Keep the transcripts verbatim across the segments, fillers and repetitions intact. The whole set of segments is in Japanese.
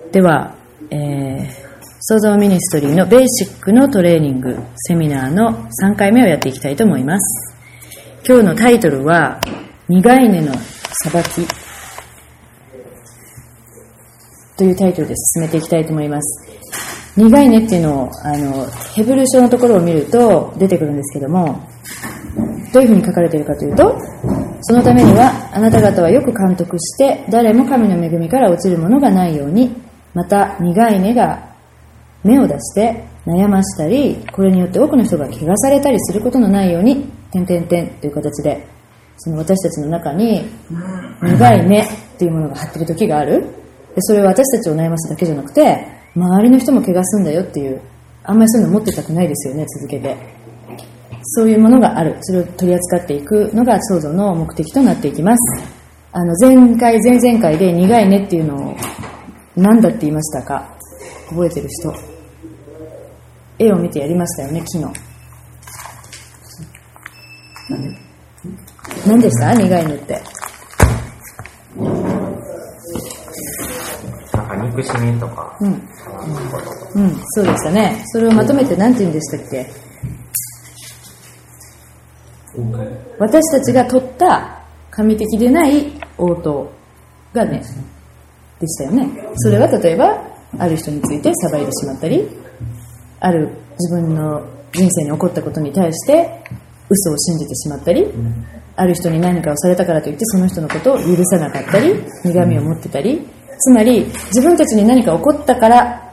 では、えー、創造ミニストリーのベーシックのトレーニングセミナーのさんかいめをやっていきたいと思います。今日のタイトルは苦い根の裁きというタイトルで進めていきたいと思います。苦い根っていうのをあのヘブル書のところを見ると出てくるんですけども、どういうふうに書かれているかというと、そのためにはあなた方はよく監督して誰も神の恵みから落ちるものがないように、また苦い根が芽を出して悩ましたり、これによって多くの人が怪我されたりすることのないように点々点という形で、その私たちの中に苦い根っていうものが張っている時がある。でそれは私たちを悩ますだけじゃなくて、周りの人も怪我するんだよっていう、あんまりそういうの持ってたくないですよね。続けてそういうものがある。それを取り扱っていくのが創造の目的となっていきます。あの前回前々回で苦い根っていうのを何だって言いましたか？覚えてる人？絵を見てやりましたよね、昨日。何でした？苦い根って。 なんか憎しみとか。 うん。うん、そうでしたね。それをまとめて何て言うんでしたっけ？私たちが取った神的でない応答がね、でしたよね。それは例えばある人について裁いてしまったり、ある自分の人生に起こったことに対して嘘を信じてしまったり、ある人に何かをされたからといってその人のことを許さなかったり、苦みを持ってたり、つまり自分たちに何か起こったから、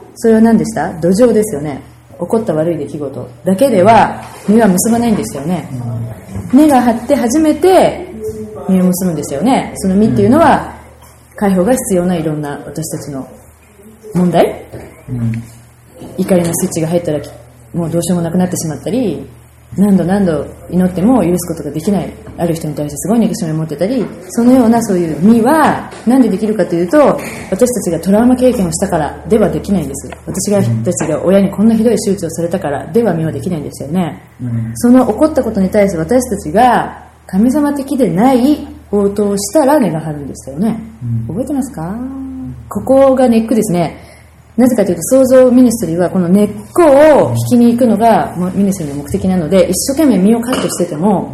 それは何でした？土壌ですよね。起こった悪い出来事だけでは実は結ばないんですよね。根が張って初めて実を結ぶんですよね。その実っていうのは解放が必要ないろんな私たちの問題、うん、怒りのスイッチが入ったらもうどうしようもなくなってしまったり、何度何度祈っても許すことができない、ある人に対してすごい憎しみを持ってたり、そのようなそういう実は何でできるかというと、私たちがトラウマ経験をしたからではできないんです。私がたちが親にこんなひどい手術をされたからでは実はできないんですよね、うん、その起こったことに対して私たちが神様的でない応答をしたら根が張るんですよね、うん、覚えてますか？ここがネックですね。なぜかというと、創造ミニストリーはこの根っこを引きに行くのがミニストリーの目的なので、一生懸命身をカットしてても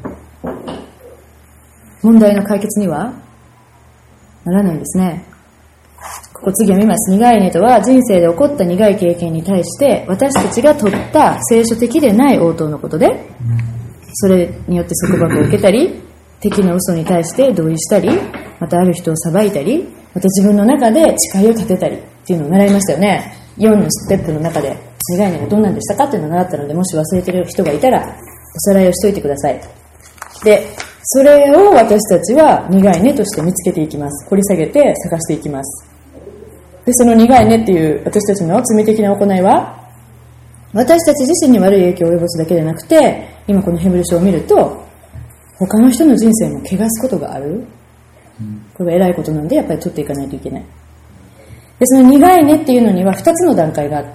問題の解決にはならないんですね。ここ次読みます。苦い根とは人生で起こった苦い経験に対して私たちが取った聖書的でない応答のことで、それによって束縛を受けたり、敵の嘘に対して同意したり、またある人を裁いたり、また自分の中で誓いを立てたりっていうのを習いましたよね。よんのステップの中で苦い根がどんなんでしたかっていうのを習ったので、もし忘れてる人がいたらおさらいをしといてください。で、それを私たちは苦い根として見つけていきます。掘り下げて探していきます。で、その苦い根っていう私たちの罪的な行いは、私たち自身に悪い影響を及ぼすだけでなくて、今このヘブル書を見ると他の人の人生も汚すことがある。これは偉いことなのでやっぱり取っていかないといけない。で、その苦い根っていうのにはふたつの段階があって、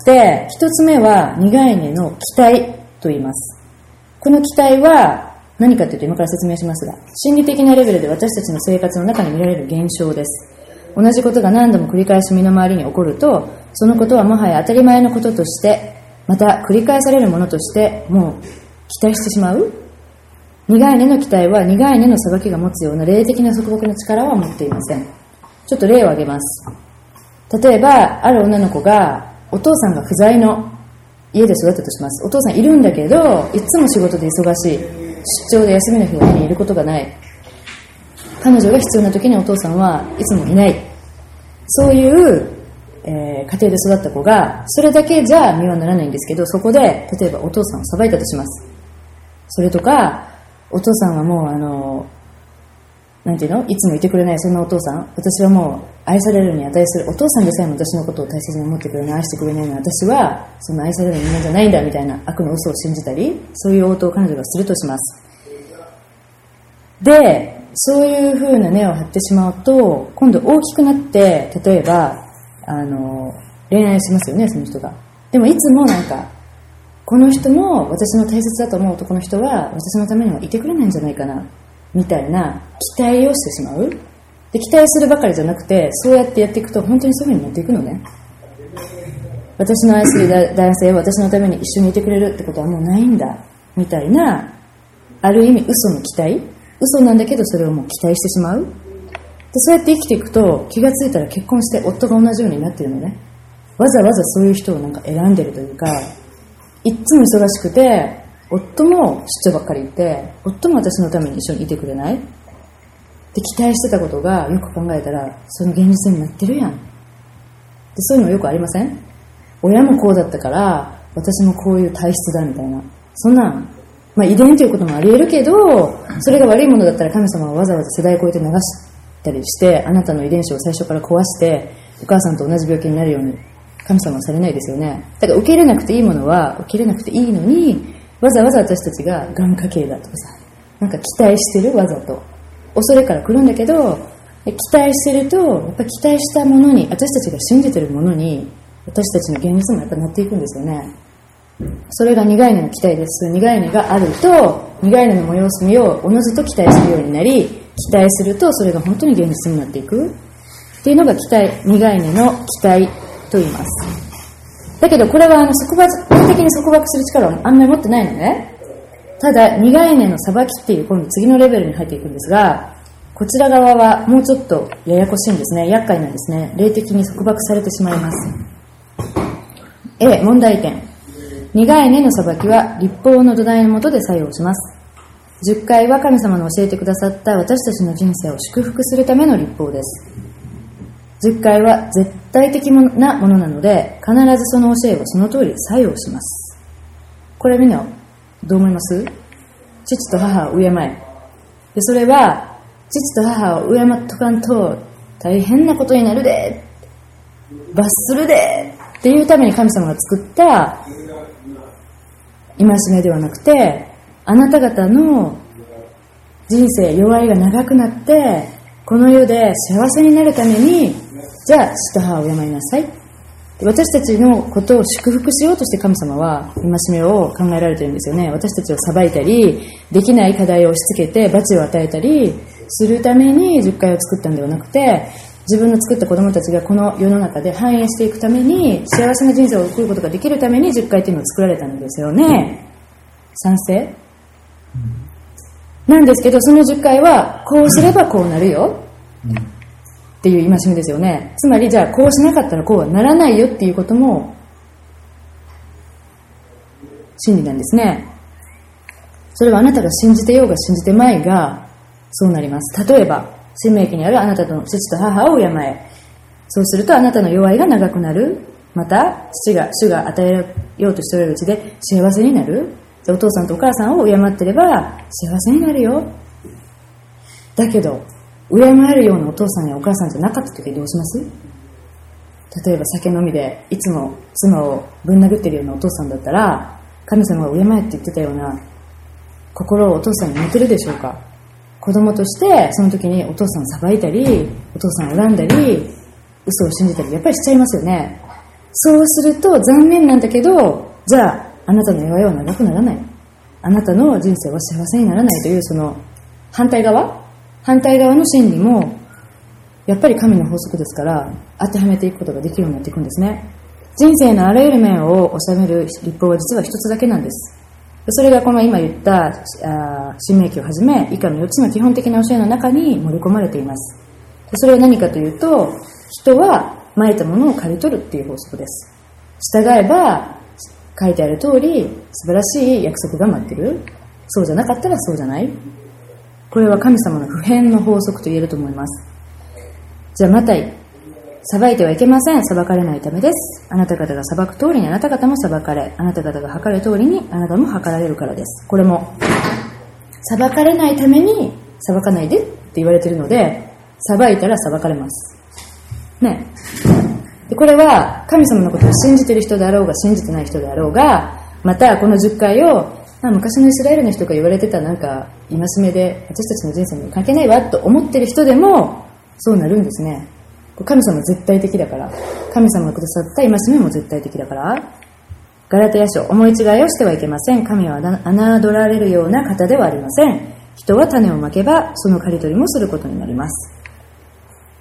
ひとつめは苦い根の期待と言います。この期待は何かというと、今から説明しますが、心理的なレベルで私たちの生活の中に見られる現象です。同じことが何度も繰り返し身の回りに起こると、そのことはもはや当たり前のこととして、また繰り返されるものとしてもう期待してしまう。苦い根の期待は苦い根の裁きが持つような霊的な束縛の力は持っていません。ちょっと例を挙げます。例えばある女の子が、お父さんが不在の家で育ったとします。お父さんいるんだけどいつも仕事で忙しい、出張で休みの日は家にいることがない、彼女が必要な時にお父さんはいつもいない、そういう、えー、家庭で育った子がそれだけじゃ身はならないんですけど、そこで例えばお父さんを裁いたとします。それとかお父さんはもうあのなんていうの、いつもいてくれない、そんなお父さん、私はもう愛されるに値するお父さんでさえも私のことを大切に思ってくれない、愛してくれないのに、私はその愛される人間じゃないんだみたいな悪の嘘を信じたり、そういう応答を彼女がするとします。で、そういう風な根を張ってしまうと、今度大きくなって、例えばあの恋愛しますよね、その人が。でもいつもなんか、この人も私の大切だと思う男の人は私のためにはいてくれないんじゃないかなみたいな期待をしてしまう。で、 で期待するばかりじゃなくて、そうやってやっていくと本当にそういう風になっていくのね。私の愛する男性は私のために一緒にいてくれるってことはもうないんだみたいな、ある意味嘘の期待、嘘なんだけどそれをもう期待してしまう。でそうやって生きていくと気がついたら結婚して夫が同じようになってるのね。わざわざそういう人をなんか選んでるというか、いっつも忙しくて夫も出張ばっかりいて、夫も私のために一緒にいてくれないで、期待してたことがよく考えたらその現実になってるやん。でそういうのよくありません？親もこうだったから私もこういう体質だみたいな、そんなん、まあ、遺伝ということもあり得るけど、それが悪いものだったら神様はわざわざ世代を超えて流したりして、あなたの遺伝子を最初から壊してお母さんと同じ病気になるように神様はされないですよね。だから受け入れなくていいものは受け入れなくていいのに、わざわざ私たちががん家系だとかさ、なんか期待してる、わざと恐れから来るんだけど、期待してるとやっぱり期待したものに、私たちが信じてるものに私たちの現実もやっぱなっていくんですよね。それが苦い根の期待です。苦い根があると苦い根の催しみをおのずと期待するようになり、期待するとそれが本当に現実になっていくっていうのが期待、苦い根の期待と言います。だけどこれはあの束縛的に束縛する力はあんまり持ってないのね。ただ苦い根の裁きっていう今度次のレベルに入っていくんですが、こちら側はもうちょっとややこしいんですね。厄介なんですね。霊的に束縛されてしまいます。A、問題点。苦い根の裁きは律法の土台の下で作用します。じゅっかいは神様の教えてくださった私たちの人生を祝福するための律法です。じゅっかいは絶対的なものなので、必ずその教えはその通り作用します。これみんなどう思います？父と母を敬え。でそれは父と母を敬っとかんと大変なことになるで、罰するでっていうために神様が作った戒めではなくて、あなた方の人生、弱いが長くなってこの世で幸せになるために、じゃあ父と母を敬いなさい。私たちのことを祝福しようとして神様は戒めを考えられているんですよね。私たちを裁いたり、できない課題を押し付けて罰を与えたりするためにじゅっかいを作ったんではなくて、自分の作った子供たちがこの世の中で繁栄していくために、幸せな人生を送ることができるためにじゅっかいというのを作られたんですよね。賛成？なんですけど、そのじゅっかいはこうすればこうなるよっていう戒めですよね。つまりじゃあこうしなかったらこうはならないよっていうことも真理なんですね。それはあなたが信じてようが信じてまいがそうなります。例えば新明記にあるあなたの父と母を敬え。そうするとあなたの弱いが長くなる。また父が主が与えようとしておられるうちで幸せになる。お父さんとお母さんを敬ってれば幸せになるよ。だけど敬えるようなお父さんやお母さんじゃなかった時どうします？例えば酒飲みでいつも妻をぶん殴ってるようなお父さんだったら、神様が敬えって言ってたような心をお父さんに持てるでしょうか？子供としてその時にお父さんを裁いたり、お父さんを恨んだり、嘘を信じたりやっぱりしちゃいますよね。そうすると残念なんだけど、じゃああなたの弱いは長くならない、あなたの人生は幸せにならないという、その反対側反対側の真理もやっぱり神の法則ですから当てはめていくことができるようになっていくんですね。人生のあらゆる面を収める律法は実は一つだけなんです。それがこの今言った新明記をはじめ以下のよっつの基本的な教えの中に盛り込まれています。それは何かというと、人は蒔いたものを刈り取るっていう法則です。従えば書いてある通り素晴らしい約束が待ってる。そうじゃなかったらそうじゃない。これは神様の不変の法則と言えると思います。じゃあマタイ、裁いてはいけません。裁かれないためです。あなた方が裁く通りにあなた方も裁かれ、あなた方が測る通りにあなたも測られるからです。これも裁かれないために裁かないでって言われているので、裁いたら裁かれますね。でこれは神様のことを信じている人であろうが信じてない人であろうが、またこのじゅっかいを昔のイスラエルの人が言われてたなんか戒めで私たちの人生に関係ないわと思っている人でもそうなるんですね。神様は絶対的だから、神様がくださった戒めも絶対的だから。ガラテヤ書、思い違いをしてはいけません。神は侮られるような方ではありません。人は種をまけばその刈り取りもすることになります。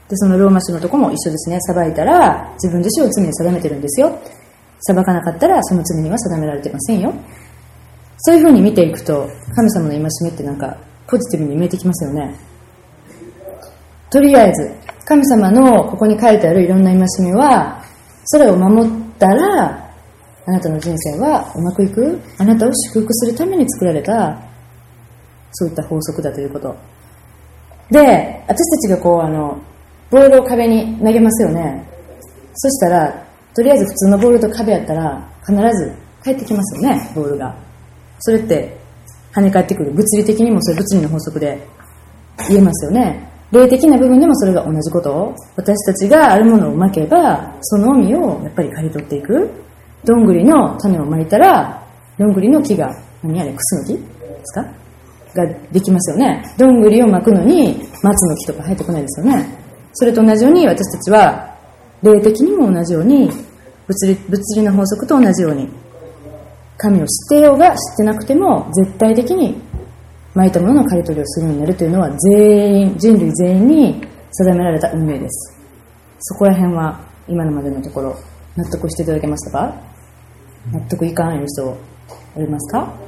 で、そのローマ書のとこも一緒ですね。裁いたら自分自身を罪に定めてるんですよ。裁かなかったらその罪には定められてませんよ。そういう風に見ていくと、神様の戒めってなんかポジティブに見えてきますよね。とりあえず神様のここに書いてあるいろんな戒めは、それを守ったらあなたの人生はうまくいく、あなたを祝福するために作られたそういった法則だということで、私たちがこうあのボールを壁に投げますよね。そしたらとりあえず普通のボールと壁やったら必ず返ってきますよね、ボールが。それって跳ね返ってくる、物理的にもそれ物理の法則で言えますよね。霊的な部分でもそれが同じこと。私たちがあるものをまけばその実をやっぱり刈り取っていく。どんぐりの種をまいたらどんぐりの木が、何あれ、クスの木ですかができますよね。どんぐりをまくのに松の木とか生えてこないですよね。それと同じように私たちは霊的にも同じように、物理、物理の法則と同じように神を知っていようが知ってなくても絶対的にまいたものの刈り取りをするようになるというのは全員、人類全員に定められた運命です。そこら辺は今のまでのところ納得していただけましたか？納得いかない人おりますか？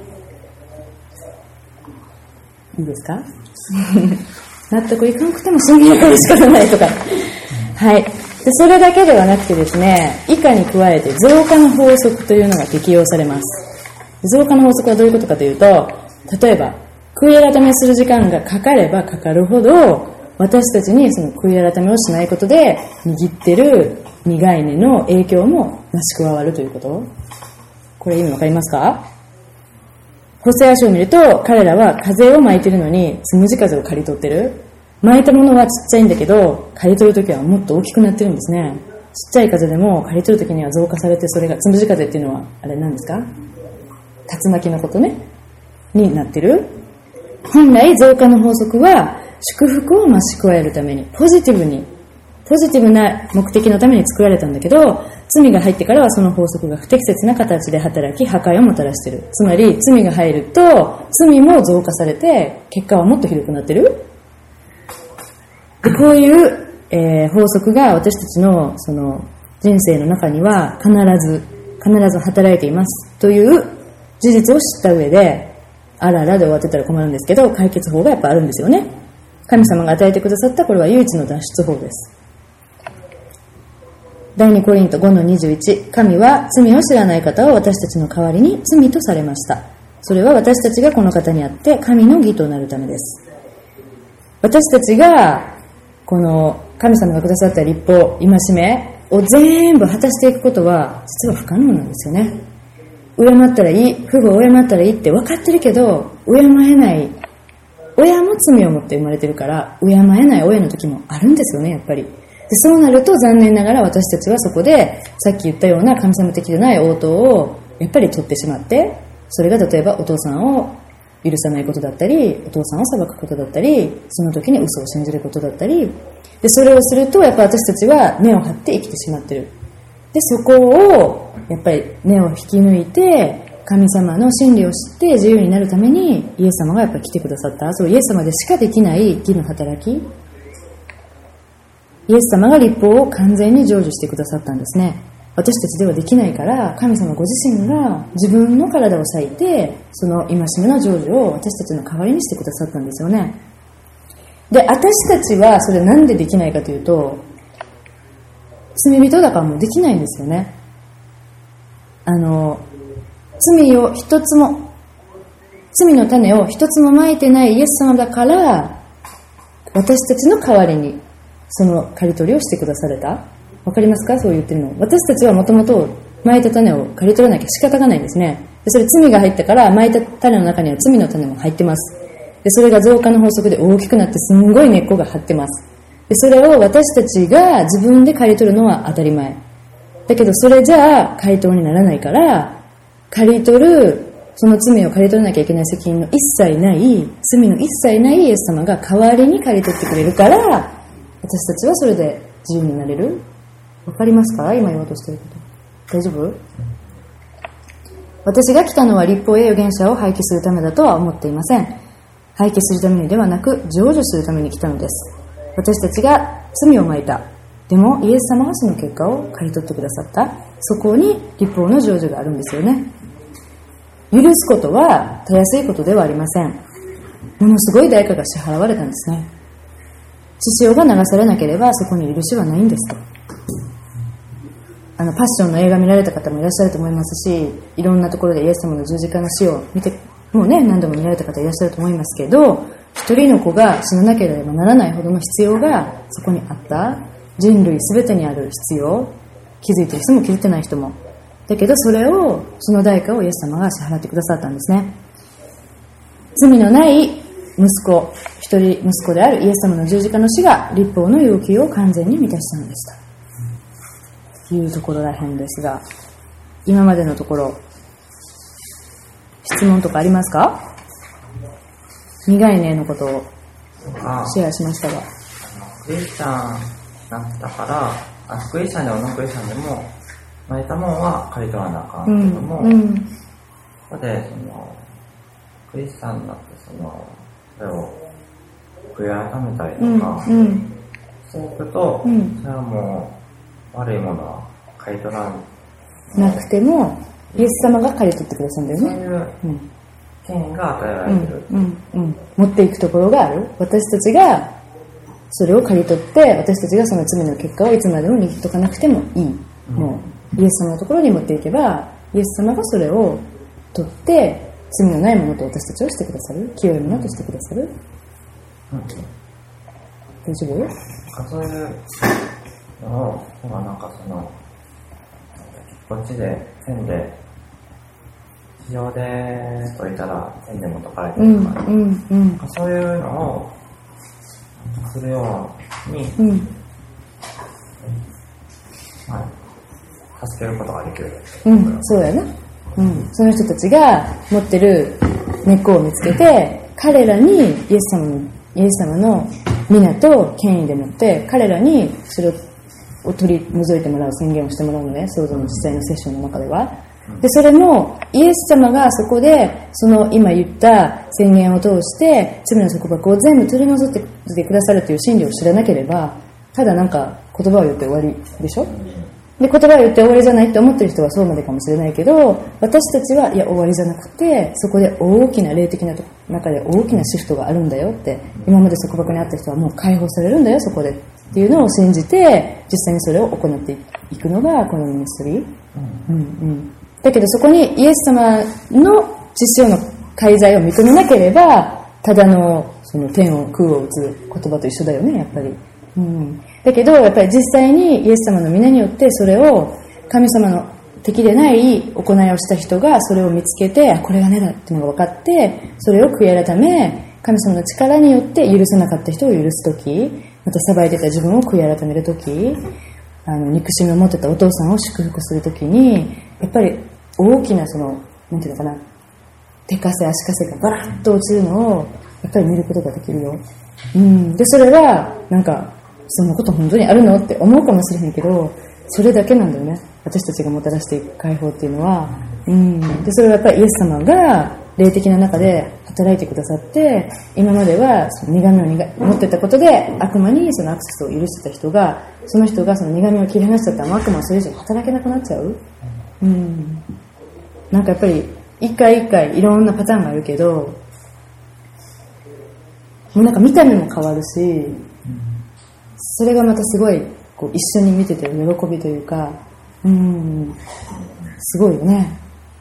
いいですか？納得いかなくても信じるから仕方ないとかはい。で、それだけではなくてですね、以下に加えて増加の法則というのが適用されます。増加の法則はどういうことかというと、例えば悔い改めする時間がかかればかかるほど、私たちにその悔い改めをしないことで握ってる苦い根の影響もなし加わるということ。これ意味わかりますか？ホセア書を見ると、彼らは風をまいてるのにつむじ風を刈り取ってる。まいたものはちっちゃいんだけど、刈り取るときはもっと大きくなってるんですね。ちっちゃい風でも刈り取るときには増加されて、それがつむじ風っていうのはあれなんですか？竜巻のことねになってる。本来増加の法則は祝福を増し加えるために、ポジティブにポジティブな目的のために作られたんだけど、罪が入ってからはその法則が不適切な形で働き破壊をもたらしている。つまり罪が入ると罪も増加されて結果はもっとひどくなってる。で、こういう、えー、法則が私たちのその人生の中には必ず必ず働いていますという事実を知った上で、あららで終わってたら困るんですけど、解決法がやっぱあるんですよね。神様が与えてくださったこれは唯一の脱出法です。第二コリントごのにじゅういち、神は罪を知らない方を私たちの代わりに罪とされました。それは私たちがこの方にあって神の義となるためです。私たちがこの神様がくださった律法、戒めを全部果たしていくことは実は不可能なんですよね。敬ったらいい、父母を敬ったらいいって分かってるけど、敬えない、親も罪を持って生まれてるから、敬えない親の時もあるんですよね、やっぱり。で、そうなると残念ながら私たちはそこで、さっき言ったような神様的でない応答をやっぱり取ってしまって、それが例えばお父さんを許さないことだったり、お父さんを裁くことだったり、その時に嘘を信じることだったり、で、それをするとやっぱ私たちは根を張って生きてしまってる。で、そこをやっぱり根を引き抜いて神様の真理を知って自由になるためにイエス様がやっぱり来てくださった。そうイエス様でしかできない義の働き、イエス様が律法を完全に成就してくださったんですね。私たちではできないから、神様ご自身が自分の体を裂いてその戒めの成就を私たちの代わりにしてくださったんですよね。で、私たちはそれなんでできないかというと、罪人だからもうできないんですよね。あの罪を一つも罪の種を一つもまいてないイエス様だから、私たちの代わりにその刈り取りをしてくだされた。わかりますか？そう言ってるの。私たちはもともとまいた種を刈り取らなきゃ仕方がないんですね。で、それ罪が入ったから、まいた種の中には罪の種も入ってます。で、それが増加の法則で大きくなってすんごい根っこが張ってます。で、それを私たちが自分で刈り取るのは当たり前だけど、それじゃあ回答にならないから、刈り取るその罪を刈り取らなきゃいけない責任の一切ない罪の一切ないイエス様が代わりに刈り取ってくれるから、私たちはそれで自由になれる。わかりますか？今言おうとしていること。大丈夫？私が来たのは律法や預言者を廃棄するためだとは思っていません。廃棄するためにではなく成就するために来たのです。私たちが罪をまいた。でもイエス様がその結果を刈り取ってくださった。そこに立法の成就があるんですよね。許すことはたやすいことではありません。ものすごい代価が支払われたんですね。血潮が流されなければそこに許しはないんですと。あのパッションの映画見られた方もいらっしゃると思いますし、いろんなところでイエス様の十字架の死を見てもうね何度も見られた方いらっしゃると思いますけど、一人の子が死ななければならないほどの必要がそこにあった。人類すべてにある必要、気づいてる人も気づいてない人もだけど、それをその代価をイエス様が支払ってくださったんですね。罪のない息子、一人息子であるイエス様の十字架の死が律法の要求を完全に満たしたのでしたというところらへんですが、今までのところ質問とかありますか？苦いねのことをシェアしましたが、 クリスチャンになったから、あクリスチャンでもノンクリスチャンでも巻いたもんは刈り取らなあかんけども、うんうん、そこでそのクリスチャンになってそのそれを悔い改めたりとか、うんうん、そういくと、うん、それはもう悪いものは刈り取らなくてもイエス様が刈り取ってくださるんだよね。 そういう権威が与えられてる、 うんうんうん、持っていくところがある。私たちがそれを刈り取って、私たちがその罪の結果をいつまでも握っとかなくてもいい、うん、もうイエス様のところに持っていけばイエス様がそれを取って罪のないものと私たちをしてくださる、清いものとしてくださる、うん、大丈夫？ そういうのをなんかそのこっちで線で地上で解いたら線でも解かれてるとか、ね、うんうんうん、そういうのをするように、うん、まあ、助けることができる。 うん、そうやな、うん。その人たちが持ってる根っこを見つけて、彼らにイエス様の、イエス様の皆と権威でもって彼らにそれを取り除いてもらう宣言をしてもらうのね、創造の実際のセッションの中では。でそれもイエス様がそこでその今言った宣言を通して罪の束縛を全部取り除いてくださるという真理を知らなければ、ただなんか言葉を言って終わりでしょ。で言葉を言って終わりじゃないって思ってる人はそうまでかもしれないけど、私たちはいや終わりじゃなくて、そこで大きな霊的な中で大きなシフトがあるんだよって、今まで束縛にあった人はもう解放されるんだよそこでっていうのを信じて、実際にそれを行っていくのがこのミニストリー、うんうん、だけどそこにイエス様の血潮の介在を認めなければ、ただのその天を空を打つ言葉と一緒だよねやっぱり、うん、だけどやっぱり実際にイエス様の皆によってそれを神様の敵でない行いをした人がそれを見つけて、あこれがねだっていうのが分かって、それを悔い改め神様の力によって許せなかった人を許すとき、また裁いてた自分を悔い改めるとき、あの憎しみを持ってたお父さんを祝福するときに、やっぱり大きなそのなんていうのかな、手かせ足かせがバラッと落ちるのをやっぱり見ることができるよ、うん、でそれはなんかそんなこと本当にあるのって思うかもしれへんけど、それだけなんだよね、私たちがもたらしていく解放っていうのは、うん、でそれはやっぱりイエス様が霊的な中で働いてくださって、今まではその苦みを苦持ってたことで悪魔にそのアクセスを許してた人が、その人がその苦みを切り離しちゃったら悪魔はそれ以上働けなくなっちゃう、うん、なんかやっぱり一回一回いろんなパターンがあるけど、もうなんか見た目も変わるし、それがまたすごいこう一緒に見てて喜びというか、うん、すごいよね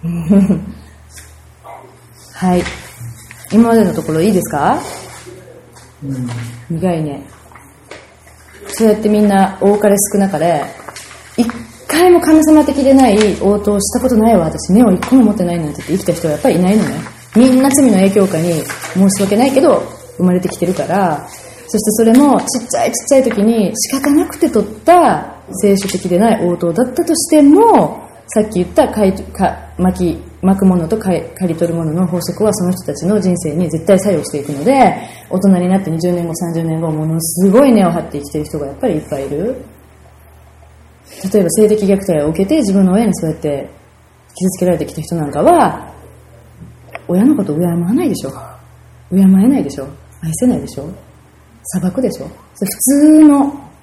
はい、今までのところいいですか、うん、苦いね。そうやってみんな多かれ少なかれ一回も神様的でない応答をしたことないわ、私目を一個も持ってないなんて言って生きた人はやっぱりいないのね。みんな罪の影響下に申し訳ないけど生まれてきてるから、そしてそれもちっちゃいちっちゃい時に仕方なくて取った聖書的でない応答だったとしても、さっき言ったかいか巻き巻くものと刈り取るものの法則はその人たちの人生に絶対作用していくので、大人になってにじゅうねんごさんじゅうねんごものすごい根を張って生きている人がやっぱりいっぱいいる。例えば性的虐待を受けて自分の親にそうやって傷つけられてきた人なんかは、親のことを敬わないでしょ、敬えないでしょ、愛せないでしょ、裁くでしょ。それ普通の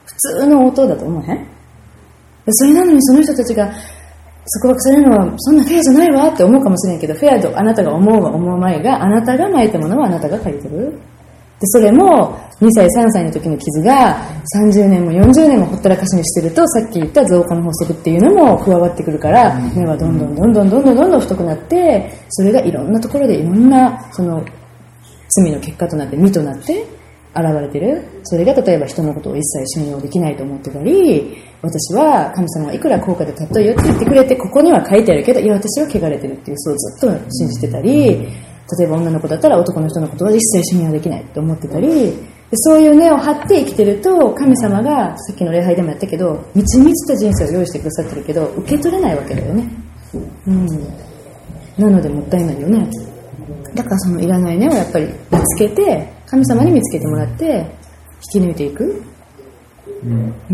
普通の応答だと思わへん？それなのにその人たちが束縛されるのはそんなフェアじゃないわって思うかもしれんけど、フェアとあなたが思うは思うまいが、あなたが巻いたものはあなたが借りてる。でそれもにさいさんさいの時の傷がさんじゅうねんもよんじゅうねんもほったらかしにしてると、さっき言った増加の法則っていうのも加わってくるから、目はどんどんどんどんどんどんどんどん太くなって、それがいろんなところでいろんなその罪の結果となって実となって現れてる。それが例えば人のことを一切信用できないと思ってたり、私は神様がいくら高価で尊いよって言ってくれて、ここには書いてあるけど、いや私は汚れてるっていう嘘をずっと信じてたり、例えば女の子だったら男の人のことは一切信用できないって思ってたり、でそういう根を張って生きてると、神様がさっきの礼拝でもやったけど、満ち満ちた人生を用意してくださってるけど受け取れないわけだよね、うん、なのでもったいないよね。だからそのいらない根をやっぱり見つけて、神様に見つけてもらって引き抜いていく、うんうん、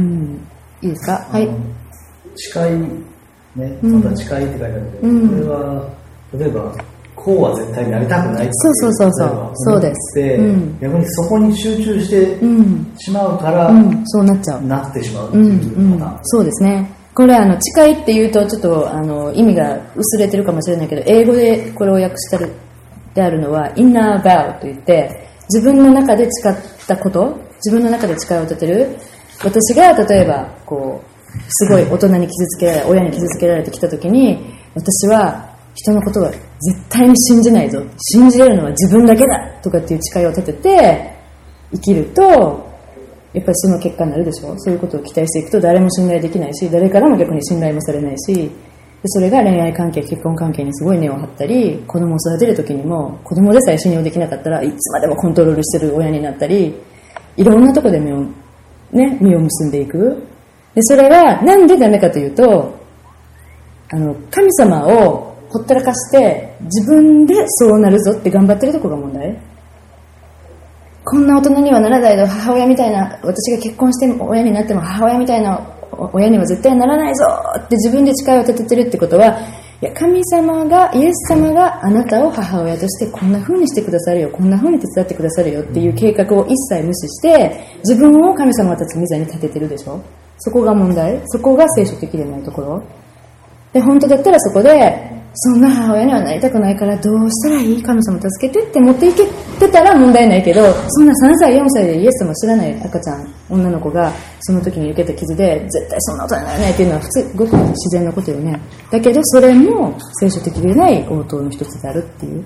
いいですか。はい。 誓いね、また誓いって書いてあるけど、うん、これは例えばこうは絶対になりたくないっていう、 そうそうそうそうそうです、 うん、逆にそこに集中してしまうから、 うんうん、そうなっちゃうなってしまうっていうパターン、 うんうん、そうですね。これあの誓いっていうとちょっとあの意味が薄れてるかもしれないけど、英語でこれを訳したであるのはインナーバウといって、自分の中で誓ったこと、自分の中で誓いを立てる。私が例えばこうすごい大人に傷つけられ、親に傷つけられてきた時に、私は人のことは絶対に信じないぞ、信じれるのは自分だけだとかっていう誓いを立てて生きると、やっぱりその結果になるでしょ。そういうことを期待していくと誰も信頼できないし、誰からも逆に信頼もされないし、でそれが恋愛関係、結婚関係にすごい根を張ったり、子供を育てる時にも子供でさえ信用できなかったらいつまでもコントロールしてる親になったり、いろんなとこで目を、ね、実を結んでいく。でそれはなんでダメかというと、あの神様をほったらかして自分でそうなるぞって頑張ってるところが問題。こんな大人にはならないぞ、母親みたいな、私が結婚しても親になっても母親みたいな親には絶対ならないぞって自分で誓いを立ててるってことは、いや神様が、イエス様があなたを母親としてこんな風にしてくださるよ、こんな風に手伝ってくださるよっていう計画を一切無視して自分を神様たちの御座に立ててるでしょ。そこが問題。そこが聖書的でないところで、本当だったらそこでそんな母親にはなりたくないからどうしたらいい、神様助けてって持っていけてたら問題ないけど、そんなさんさいよんさいでイエス様知らない赤ちゃん、女の子がその時に受けた傷で絶対そんな大人にならないっていうのは普通ごく自然なことよね。だけどそれも聖書的でない応答の一つであるっていう、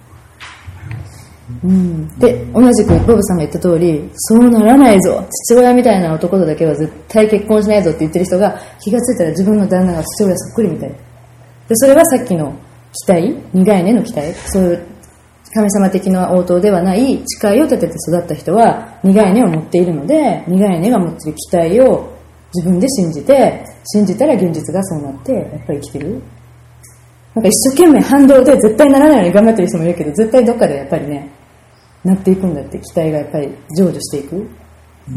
うん、で同じくボブさんが言った通り、そうならないぞ、父親みたいな男とだけは絶対結婚しないぞって言ってる人が気がついたら自分の旦那が父親そっくりみたいで、それはさっきの期待、苦い根の期待、そういう神様的な応答ではない誓いを立てて育った人は苦い根を持っているので、苦い根が持っている期待を自分で信じて、信じたら現実がそうなってやっぱり生きてる。なんか一生懸命反動で絶対ならないように頑張ってる人もいるけど、絶対どっかでやっぱりねなっていくんだって、期待がやっぱり成就していく。うん、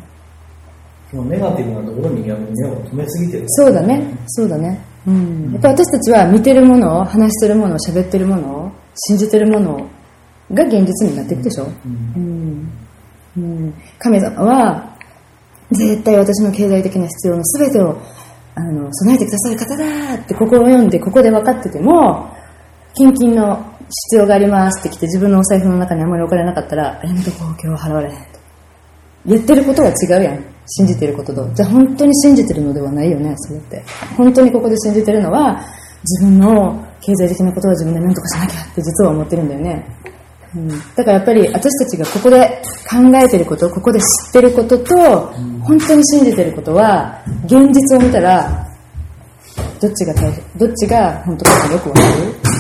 そのネガティブなところに逆に目を止めすぎてる。 そうだね、そうだね。うん、やっぱり私たちは見てるものを、話してるものを、喋ってるものを、信じてるものが現実になっていくでしょ。うんうん、神様は絶対私の経済的な必要の全てをあの備えてくださる方だってここを読んで、ここで分かってても、献金の必要がありますって来て自分のお財布の中にあまりお金なかったら、やめとこう、今日は払われへんと言ってることは違うやん、信じてることと。じゃあ本当に信じてるのではないよね、それって。本当にここで信じてるのは、自分の経済的なことは自分で何とかしなきゃって実は思ってるんだよね。うん、だからやっぱり私たちがここで考えてること、ここで知ってることと、本当に信じてることは、現実を見たら、どっちが大変、どっちが本当かよくわかる？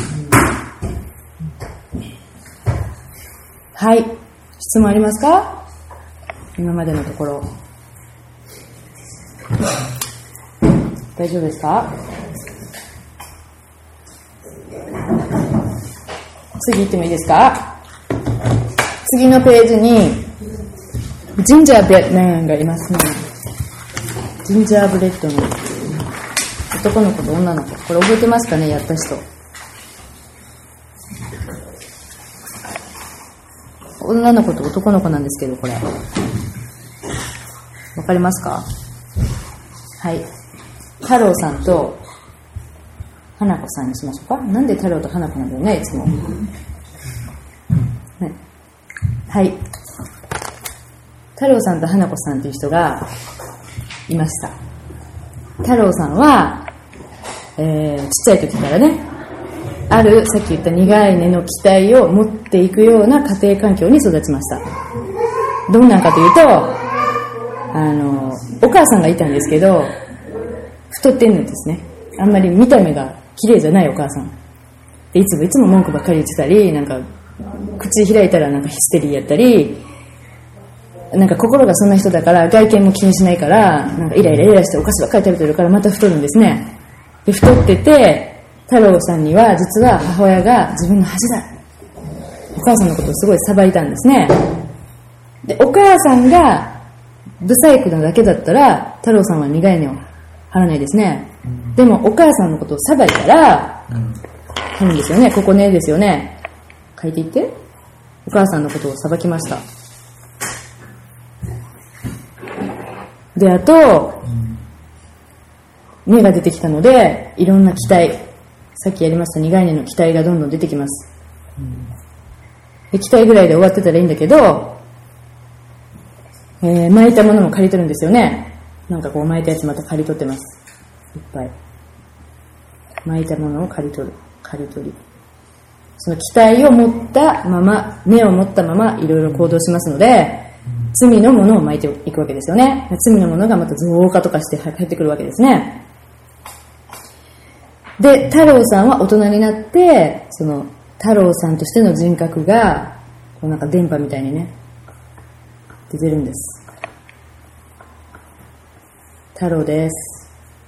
うん、はい。質問ありますか？今までのところ。大丈夫ですか？次行ってもいいですか？次のページにジンジャーブレッドマンがいますね。ジンジャーブレッドの男の子と女の子、これ覚えてますかね、やった人。女の子と男の子なんですけど、これわかりますか？はい。太郎さんと花子さんにしましょうか。なんで太郎と花子なんだよね、いつも。ね、はい。太郎さんと花子さんという人がいました。太郎さんは、えー、ちっちゃい時からね、あるさっき言った苦い根の期待を持っていくような家庭環境に育ちました。どんなんかというと、あのお母さんがいたんですけど、太ってんのですね。あんまり見た目が綺麗じゃないお母さんで、いつもいつも文句ばっかり言ってたり、なんか口開いたらなんかヒステリーやったり、なんか心がそんな人だから外見も気にしないから、なんかイライライラしてお菓子ばっかり食べてるからまた太るんですね。で太ってて、太郎さんには実は母親が自分の恥だ、お母さんのことをすごい裁いたんですね。でお母さんがブサイクなだけだったら太郎さんは苦い根を張らないですね。でもお母さんのことを裁いたら張るんですよね。ここねですよね。書いていって。お母さんのことを裁きました。であと根が出てきたので、いろんな期待、さっきやりました苦い根の期待がどんどん出てきます。で期待ぐらいで終わってたらいいんだけど、えー、巻いたものも刈り取るんですよね。なんかこう巻いたやつまた刈り取ってます。いっぱい巻いたものを刈り取る、刈り取り、その期待を持ったまま、根を持ったままいろいろ行動しますので、罪のものを巻いていくわけですよね。罪のものがまた増加とかして入ってくるわけですね。で太郎さんは大人になって、その太郎さんとしての人格がこうなんか電波みたいにね出てるんです。太郎です。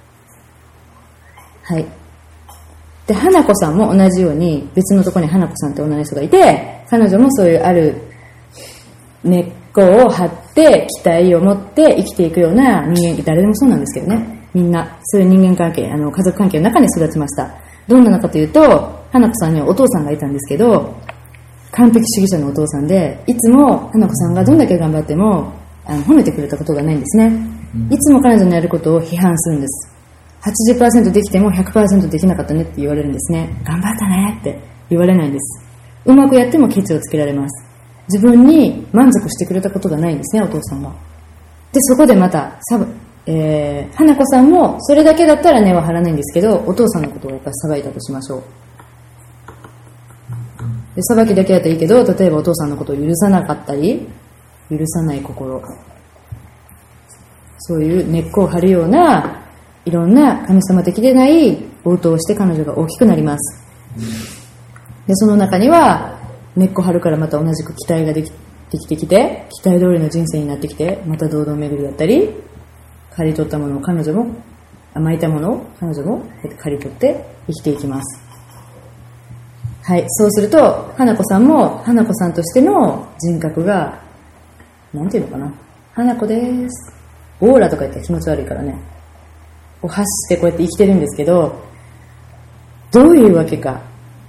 はい。で花子さんも同じように別のところに花子さんって女の人がいて、彼女もそういうある根っこを張って期待を持って生きていくような人間、誰でもそうなんですけどね、みんなそういう人間関係、あの家族関係の中に育ちました。どんなのかというと、花子さんにはお父さんがいたんですけど、完璧主義者のお父さんで、いつも花子さんがどんだけ頑張ってもあの褒めてくれたことがないんですね。いつも彼女のやることを批判するんです。はちじゅっパーセント できても ひゃくパーセント できなかったねって言われるんですね。頑張ったねって言われないんです。うまくやってもケチをつけられます。自分に満足してくれたことがないんですね、お父さんは。でそこでまたサブ、えー、花子さんもそれだけだったら根は張らないんですけど、お父さんのことをやっぱり裁いたとしましょう。で裁きだけだったらいいけど、例えばお父さんのことを許さなかったり、許さない心、そういう根っこを張るようないろんな神様的でない応答をして彼女が大きくなります。でその中には根っこ張るからまた同じく期待ができ、できてきて、期待通りの人生になってきて、また堂々巡りだったり、刈り取ったものを彼女も、巻いたものを彼女も刈り取って生きていきます。はい、そうすると花子さんも花子さんとしての人格がなんていうのかな、花子ですオーラとか言ったら気持ち悪いからね、こう発してこうやって生きてるんですけど、どういうわけか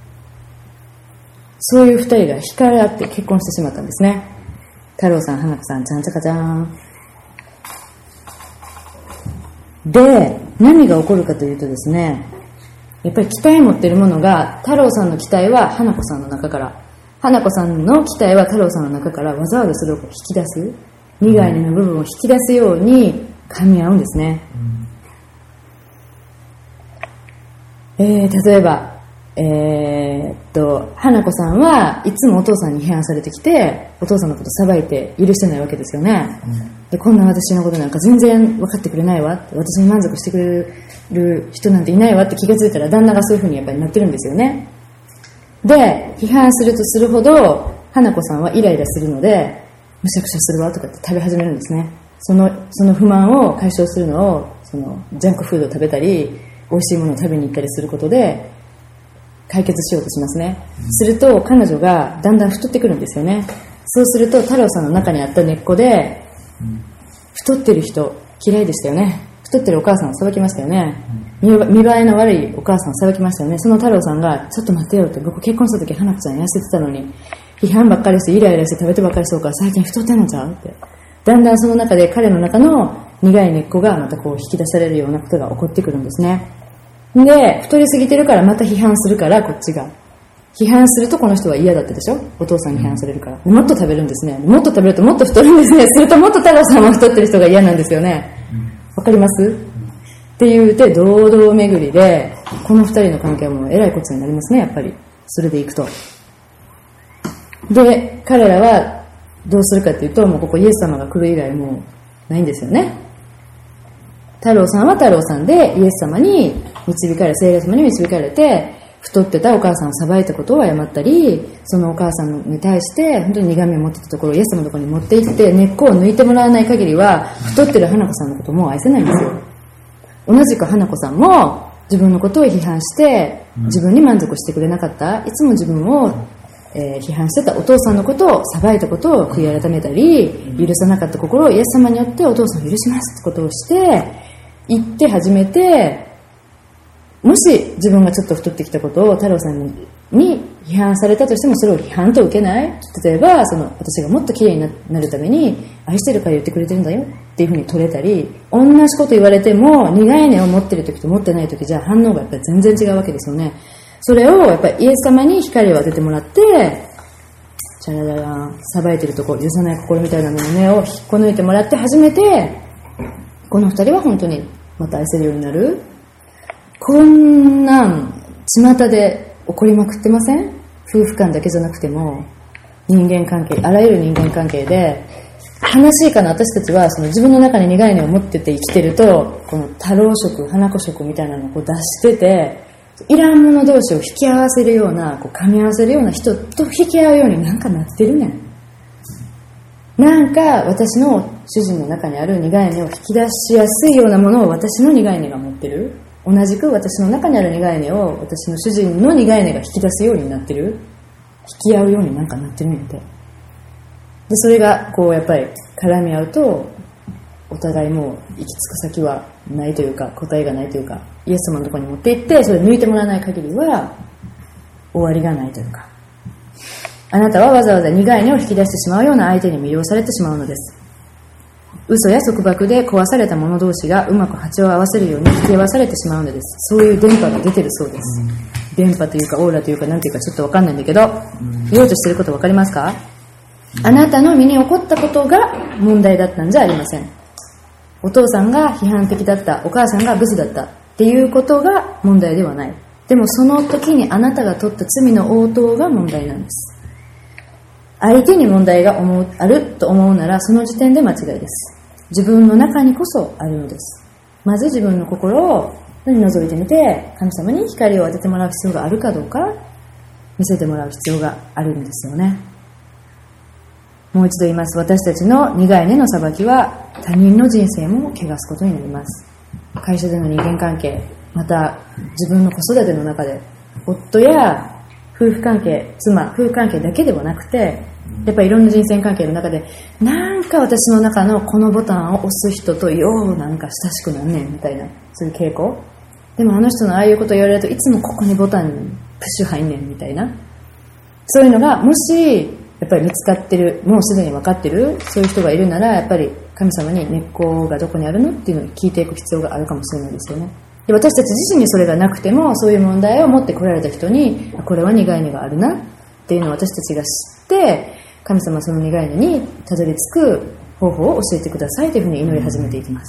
そういう二人が惹かれ合って結婚してしまったんですね。太郎さん、花子さん、ちゃんちゃかちゃんで、何が起こるかというとですね、やっぱり期待持ってるものが、太郎さんの期待は花子さんの中から、花子さんの期待は太郎さんの中からわざわざそれを引き出す、苦い根の部分を引き出すように噛み合うんですね。うん、えー、例えば、えー、っと花子さんはいつもお父さんに批判されてきて、お父さんのこと裁いて許してないわけですよね。うん、でこんな私のことなんか全然分かってくれないわって、私に満足してくれる人なんていないわって気がついたら、旦那がそういう風にやっぱりなってるんですよね。で批判するとするほど花子さんはイライラするので、むしゃくしゃするわとかって食べ始めるんですね。そのその不満を解消するのを、そのジャンクフードを食べたり美味しいものを食べに行ったりすることで解決しようとしますね。すると彼女がだんだん太ってくるんですよね。そうすると太郎さんの中にあった根っこで、太ってる人嫌いでしたよね。太ってるお母さんを裁きましたよね。見栄えの悪いお母さんを裁きましたよね。その太郎さんがちょっと待ってよって、僕結婚した時花子ちゃん痩せてたのに批判ばっかりしてイライラして食べてばっかりそうから最近太ってんのちゃうって、 だんだんその中で彼の中の苦い根っこがまたこう引き出されるようなことが起こってくるんですね。で、太りすぎてるからまた批判するから、こっちが批判するとこの人は嫌だったでしょ。お父さんに批判されるから、もっと食べるんですね。もっと食べるともっと太るんですね。するともっと太郎さんも太ってる人が嫌なんですよね。わかります？って言うて堂々巡りで、この二人の関係はもうえらいことになりますね、やっぱりそれでいくと。で、彼らはどうするかっていうと、もうここイエス様が来る以外もうないんですよね。太郎さんは太郎さんでイエス様に導かれ、聖霊様に導かれて、太ってたお母さんを裁いたことを謝ったり、そのお母さんに対して本当に苦みを持ってたところをイエス様のところに持って行って、根っこを抜いてもらわない限りは太ってる花子さんのことをもう愛せないんですよ。同じく花子さんも自分のことを批判して自分に満足してくれなかった、いつも自分を、えー、批判してたお父さんのことを裁いたことを悔い改めたり、許さなかった心をイエス様によってお父さんを許しますってことをして言って初めて、もし自分がちょっと太ってきたことを太郎さんに批判されたとしても、それを批判と受けない。例えばその私がもっと綺麗になるために愛してるから言ってくれてるんだよっていうふうに取れたり、同じこと言われても苦い根を持ってる時と持ってない時じゃ反応がやっぱり全然違うわけですよね。それをやっぱりイエス様に光を当ててもらって、チャララランさばいてるところ、許さない心みたいなものねを引っこ抜いてもらって初めて、この二人は本当にまた愛せるようになる。こんなん巷で起こりまくってません？夫婦間だけじゃなくても人間関係、あらゆる人間関係で、悲しいかな、私たちはその自分の中に苦い根を持ってて生きてると、この太郎色、花子色みたいなのをこう出してて、いらんもの同士を引き合わせるような、こう噛み合わせるような人と引き合うようになんかなってるねん。なんか私の主人の中にある苦い根を引き出しやすいようなものを私の苦い根が持ってる。同じく私の中にある苦い根を私の主人の苦い根が引き出すようになってる。引き合うようになんかなってるんで。で、それがこうやっぱり絡み合うと、お互いもう行き着く先はないというか、答えがないというか、イエス様のところに持って行って、それを抜いてもらわない限りは終わりがないというか、あなたはわざわざ苦い根を引き出してしまうような相手に魅了されてしまうのです。嘘や束縛で壊された者同士がうまく波長を合わせるように引き合わされてしまうのです。そういう電波が出てるそうです。電波というかオーラというかなんていうかちょっとわかんないんだけど、言おうとしてることわかりますか？あなたの身に起こったことが問題だったんじゃありません。お父さんが批判的だった、お母さんがブスだったっていうことが問題ではない。でもその時にあなたが取った罪の応答が問題なんです。相手に問題が思うあると思うならその時点で間違いです。自分の中にこそあるのです。まず自分の心を覗いてみて、神様に光を当ててもらう必要があるかどうか見せてもらう必要があるんですよね。もう一度言います。私たちの苦い根の裁きは他人の人生も汚すことになります。会社での人間関係、また自分の子育ての中で、夫や夫婦関係、妻、夫婦関係だけではなくて、やっぱりいろんな人生関係の中で、なんか私の中のこのボタンを押す人とようなんか親しくなんねんみたいな、そういう傾向。でもあの人のああいうことを言われるといつもここにボタンにプッシュ入んねんみたいな、そういうのがもしやっぱり見つかってる、もうすでに分かってる、そういう人がいるなら、やっぱり神様に根っこがどこにあるのっていうのを聞いていく必要があるかもしれないですよね。で、私たち自身にそれがなくても、そういう問題を持ってこられた人に、これは苦い根があるなっていうのを私たちが知って、神様はその苦い根にたどり着く方法を教えてくださいというふうに祈り始めていきます。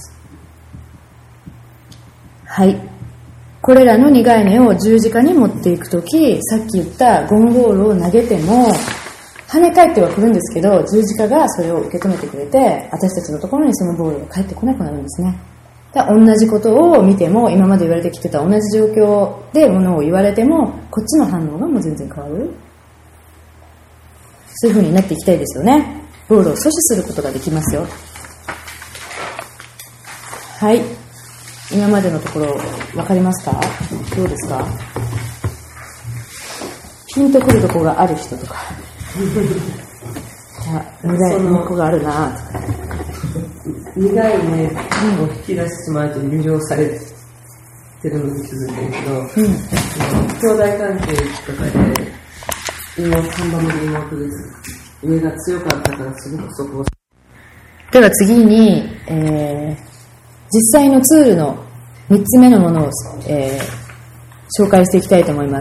はい。これらの苦い根を十字架に持っていくとき、さっき言ったゴンボールを投げても、跳ね返ってはくるんですけど、十字架がそれを受け止めてくれて、私たちのところにそのボールが返ってこなくなるんですね。同じことを見ても、今まで言われてきてた同じ状況でものを言われても、こっちの反応がもう全然変わる。そういう風になっていきたいですよね。ボールを阻止することができますよ。はい。今までのところ分かりますか？どうですか？ピンとくるところがある人とか。あ、苦い根っこがあるなとか。 苦い根を引き出してしまうと魅了されてるのに気づいてるけど、うん、兄弟関係とかで妹、さんばんめの妹です。上が強かったからすごくそこを。 では次に、えー、実際のツールのみっつめのものを、えー、紹介していきたいと思います。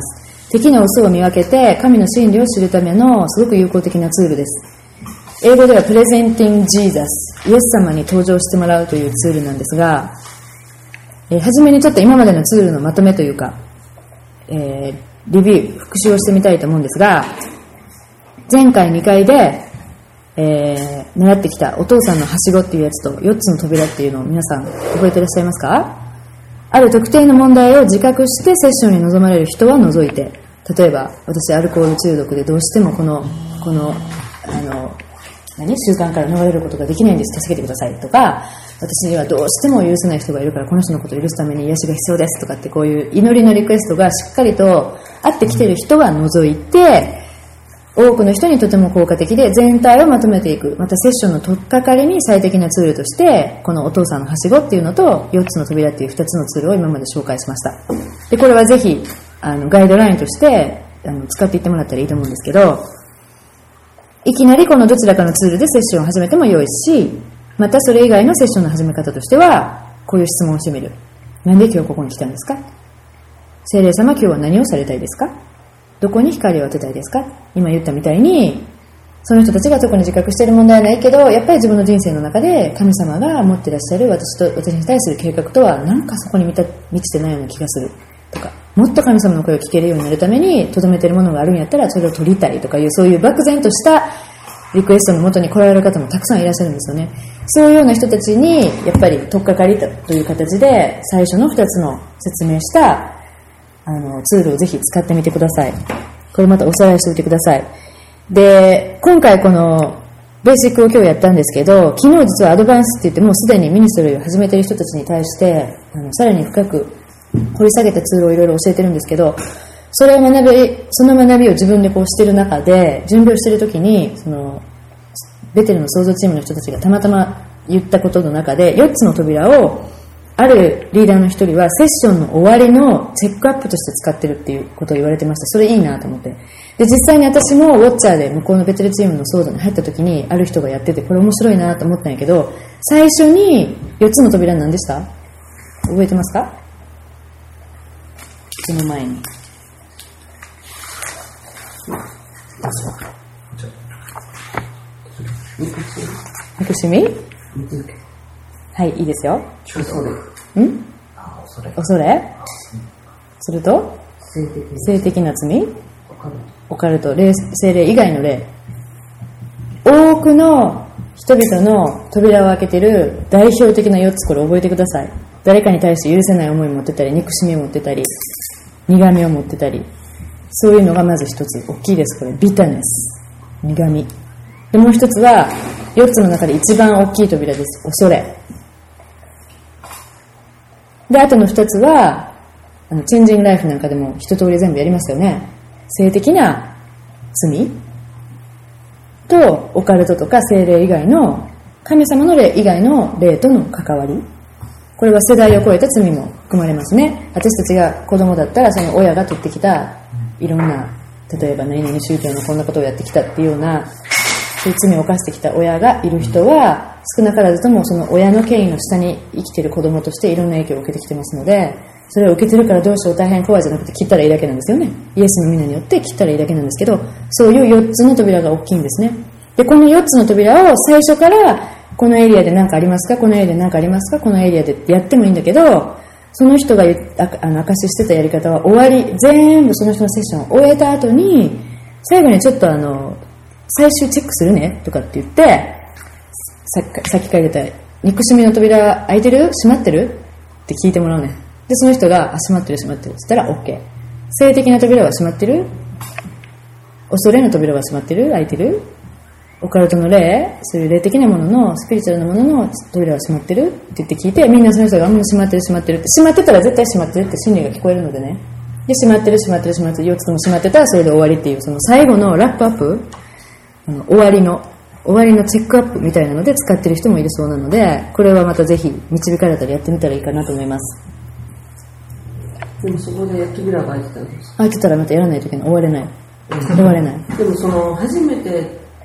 敵の嘘を見分けて神の真理を知るためのすごく有効的なツールです。英語では Presenting Jesus、イエス様に登場してもらうというツールなんですが、えー、初めにちょっと今までのツールのまとめというか、えー、リビュー、復習をしてみたいと思うんですが、前回にかいで、えー、習ってきたお父さんのはしごっていうやつとよっつの扉っていうのを皆さん覚えていらっしゃいますか？ある特定の問題を自覚してセッションに臨まれる人は除いて、例えば私アルコール中毒でどうしてもこのこのあの何習慣から逃れることができないんです、助けてくださいとか、私にはどうしても許せない人がいるからこの人のことを許すために癒しが必要ですとかって、こういう祈りのリクエストがしっかりとあってきている人は除いて、多くの人にとても効果的で全体をまとめていく、またセッションの取っかかりに最適なツールとしてこのお父さんのはしごっていうのとよっつの扉っていうふたつのツールを今まで紹介しました。でこれはぜひあのガイドラインとしてあの使っていってもらったらいいと思うんですけど、いきなりこのどちらかのツールでセッションを始めても良いし、またそれ以外のセッションの始め方としてはこういう質問をしてみる。なんで今日ここに来たんですか？聖霊様、今日は何をされたいですか？どこに光を当てたいですか？今言ったみたいに、その人たちが特に自覚している問題はないけど、やっぱり自分の人生の中で神様が持っていらっしゃる私と私に対する計画とはなんかそこに満た満ちてないような気がするとか、もっと神様の声を聞けるようになるために留めているものがあるんやったらそれを取りたいとかいう、そういう漠然としたリクエストのもとに来られる方もたくさんいらっしゃるんですよね。そういうような人たちにやっぱり取っかかりという形で最初のふたつの説明したあのツールをぜひ使ってみてください。これまたおさらいしておいてください。で、今回このベーシックを今日やったんですけど、昨日実はアドバンスって言ってもうすでにミニストリーを始めている人たちに対してあのさらに深く掘り下げたツールをいろいろ教えてるんですけど、それを学び、その学びを自分でこうしている中で準備をしているときに、そのベテルの創造チームの人たちがたまたま言ったことの中でよっつの扉をあるリーダーの一人はセッションの終わりのチェックアップとして使ってるっていうことを言われてました。それいいなと思って。で、実際に私もウォッチャーで向こうのベテルチームの騒動に入った時にある人がやってて、これ面白いなと思ったんやけど、最初によっつの扉何でした？覚えてますか？その前に。憎しみ？はい、いいですよ。 恐れ。 ん？恐れ。恐れ？すると？性的。性的な罪？オカルト。霊、聖霊以外の霊。多くの人々の扉を開けている代表的なよっつ、これ覚えてください。誰かに対して許せない思いを持ってたり、憎しみを持ってたり、苦みを持ってたり、そういうのがまず一つ大きいです。これビタネス、苦みで、もう一つはよっつの中で一番大きい扉です。恐れで、あとの二つはあのチェンジングライフなんかでも一通り全部やりましたよね。性的な罪とオカルトとか聖霊以外の神様の霊以外の霊との関わり、これは世代を超えた罪も含まれますね。私たちが子供だったらその親が取ってきたいろんな、例えば何々宗教のこんなことをやってきたっていうような、そういう罪を犯してきた親がいる人は少なからずともその親の権威の下に生きている子供としていろんな影響を受けてきてますので、それを受けてるからどうしよう大変怖いじゃなくて切ったらいいだけなんですよね。イエスの皆によって切ったらいいだけなんですけど、そういうよっつの扉が大きいんですね。で、このよっつの扉を最初からこのエリアで何かありますか、このエリアで何かありますか、このエリアでやってもいいんだけど、その人があの証ししてたやり方は終わり、全部その人のセッションを終えた後に最後にちょっとあの最終チェックするねとかって言って、さっき、さっき書いてた憎しみの扉開いてる？閉まってる？って聞いてもらうね。で、その人があ閉まってる閉まってるって言ったら OK。性的な扉は閉まってる？恐れの扉は閉まってる？開いてる？オカルトの霊、そういう霊的なもののスピリチュアルなものの扉は閉まってるって言って聞いて、みんなその人がもう閉まってる閉まってるって、閉まってたら絶対閉まってるって真理が聞こえるのでね。で、閉まってる閉まってる閉まってる、よっつとも閉まってたらそれで終わりっていう、その最後のラップアップ、あの終わりの終わりのチェックアップみたいなので使ってる人もいるそうなので、これはまたぜひ導かれたらやってみたらいいかなと思います。 でもそこで扉が開いてたんです。 開いてたらまたやらないといけない。終われない。終われない。 でもその初めて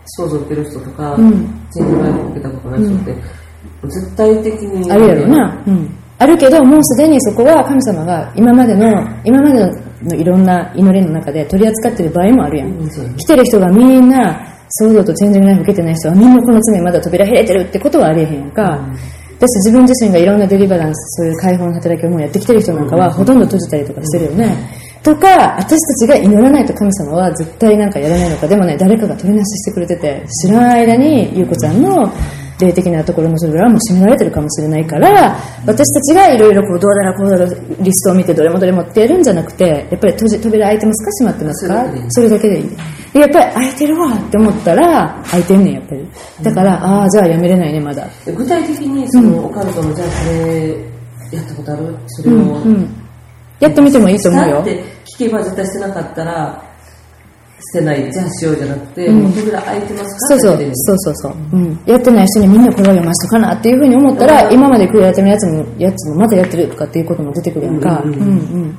想像を受ける人とか、うん、人類ライフを受けたことない人って、うん、絶対的にあるやろうな、うん、あるけどもうすでにそこは神様が今までの今までのいろんな祈りの中で取り扱ってる場合もあるやん、うん、来てる人がみんな想像とチェンジングライフ受けてない人はみんなこの罪まだ扉開いてるってことはありえへんやんか、うん、私自分自身がいろんなデリバランスそういう解放の働きをもうやってきてる人なんかはほとんど閉じたりとかしてるよね、うん、とか私たちが祈らないと神様は絶対なんかやらないのか、でもね誰かが取りなししてくれてて知らない間に優子ちゃんの霊的なところの扉はもう閉められてるかもしれないから、私たちがいろいろこうどうだらこうだらリストを見てどれもどれもってやるんじゃなくて、やっぱり閉じ扉開いてますか閉まってますか、それだけでいい。でやっぱり開いてるわって思ったら開いてんねんやっぱり。だから、うん、ああじゃあやめれないねまだ。 具体的にその、うん、オカルトのじゃあこれやったことある？それを、うんうん、 やってみてもいいと思うよ。 って聞けば絶対してなかったら。捨てない、じゃあしようじゃなくて、うん、もう扉開いてますか？ そうそうそうそうそう、うん、やってない人にみんなこれを読ましとかなっていうふうに思ったら、うん、今までクリアやってるやつもやつもまたやってるとかっていうことも出てくるやんか、うんうんうん、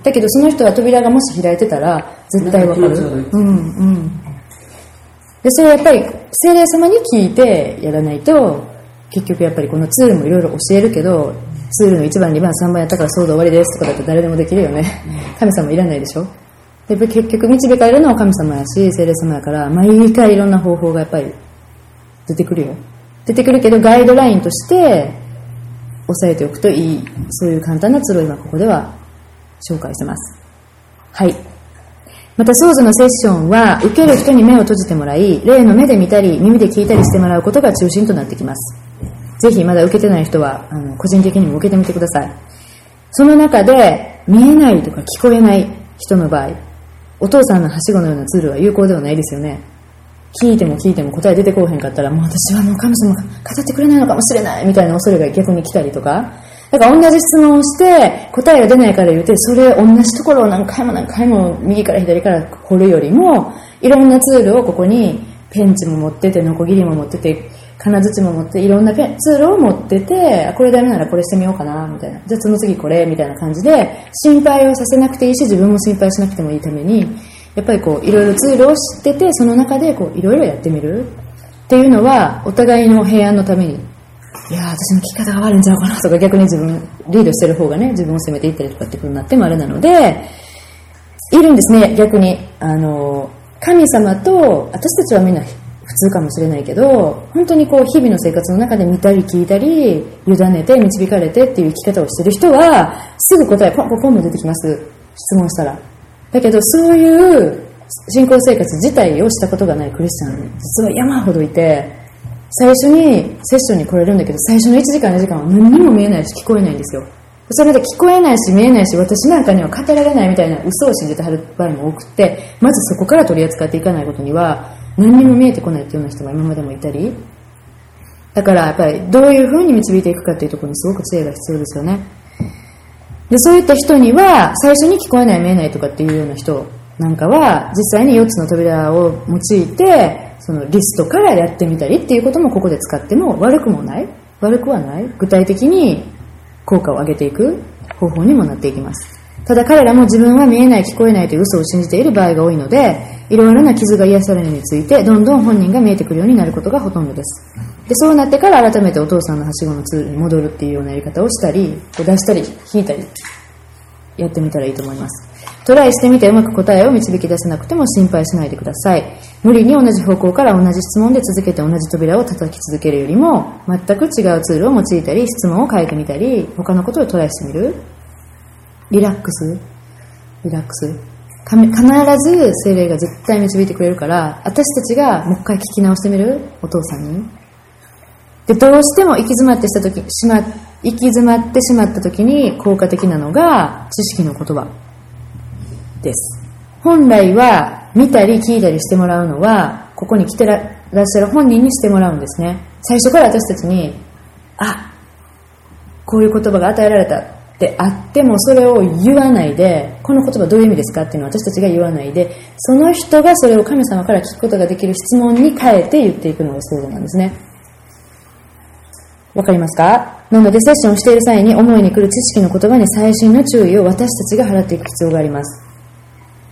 だけどその人は扉がもし開いてたら絶対わかる、うんうん、でそれはやっぱり聖霊様に聞いてやらないと、結局やっぱりこのツールもいろいろ教えるけど、ツールのいちばんにばんさんばんやったからそうだ終わりですとかだと誰でもできるよね、神様いらないでしょ。やっぱり結局導かれるのは神様やし聖霊様やから、毎回いろんな方法がやっぱり出てくるよ出てくるけど、ガイドラインとして押さえておくといい、そういう簡単なツールを今ここでは紹介してます。はい。また創造のセッションは受ける人に目を閉じてもらい、霊の目で見たり耳で聞いたりしてもらうことが中心となってきます。ぜひまだ受けてない人はあの個人的にも受けてみてください。その中で見えないとか聞こえない人の場合、お父さんのはしごのようなツールは有効ではないですよね。聞いても聞いても答え出てこうへんかったら、もう私はもう神様が語ってくれないのかもしれないみたいな恐れが逆に来たりとか、だから同じ質問をして答えが出ないから言うて、それ同じところを何回も何回も右から左から掘るよりも、いろんなツールをここにペンチも持ってて、ノコギリも持ってて、金槌も持って、いろんなペンツールを持ってて、これダメならこれしてみようかなみたいな、じゃあその次これみたいな感じで心配をさせなくていいし、自分も心配しなくてもいいために、やっぱりこういろいろツールを知ってて、その中でこういろいろやってみるっていうのはお互いの平安のために、いや私の聞き方が悪いんちゃうかなとか、逆に自分リードしてる方がね、自分を責めていったりとかってことになってもあれなので、いるんですね。逆にあの神様と私たちはみんな普通かもしれないけど、本当にこう日々の生活の中で見たり聞いたり委ねて導かれてっていう生き方をしてる人はすぐ答えポンポンポンも出てきます、質問したら。だけどそういう信仰生活自体をしたことがないクリスチャン実は山ほどいて、最初にセッションに来れるんだけど、最初のいちじかんにじかんは何にも見えないし聞こえないんですよ。それで聞こえないし見えないし、私なんかには語られないみたいな嘘を信じてはる場合も多くて、まずそこから取り扱っていかないことには何にも見えてこないっていうような人が今までもいたり、だからやっぱりどういうふうに導いていくかっていうところにすごく知恵が必要ですよね。でそういった人には最初に聞こえない見えないとかっていうような人なんかは実際によっつの扉を用いてそのリストからやってみたりっていうこともここで使っても悪くもない悪くはない、具体的に効果を上げていく方法にもなっていきます。ただ彼らも自分は見えない聞こえないという嘘を信じている場合が多いので、いろいろな傷が癒されるについてどんどん本人が見えてくるようになることがほとんどです。でそうなってから改めてお父さんのはしごのツールに戻るっていうようなやり方をしたり、こう出したり引いたりやってみたらいいと思います。トライしてみてうまく答えを導き出せなくても心配しないでください。無理に同じ方向から同じ質問で続けて同じ扉を叩き続けるよりも、全く違うツールを用いたり質問を変えてみたり他のことをトライしてみる。リラックスリラックス必ず聖霊が絶対導いてくれるから、私たちがもう一回聞き直してみる、お父さんに。でどうしても行き詰まってした時しま行き詰まってしまった時に効果的なのが知識の言葉です。本来は見たり聞いたりしてもらうのはここに来てらっしゃる本人にしてもらうんですね。最初から私たちにあこういう言葉が与えられたってあってもそれを言わないで、この言葉どういう意味ですかっていうのを私たちが言わないで、その人がそれを神様から聞くことができる質問に変えて言っていくのが創造なんですね。わかりますか？なのでセッションをしている際に思いに来る知識の言葉に細心の注意を私たちが払っていく必要があります。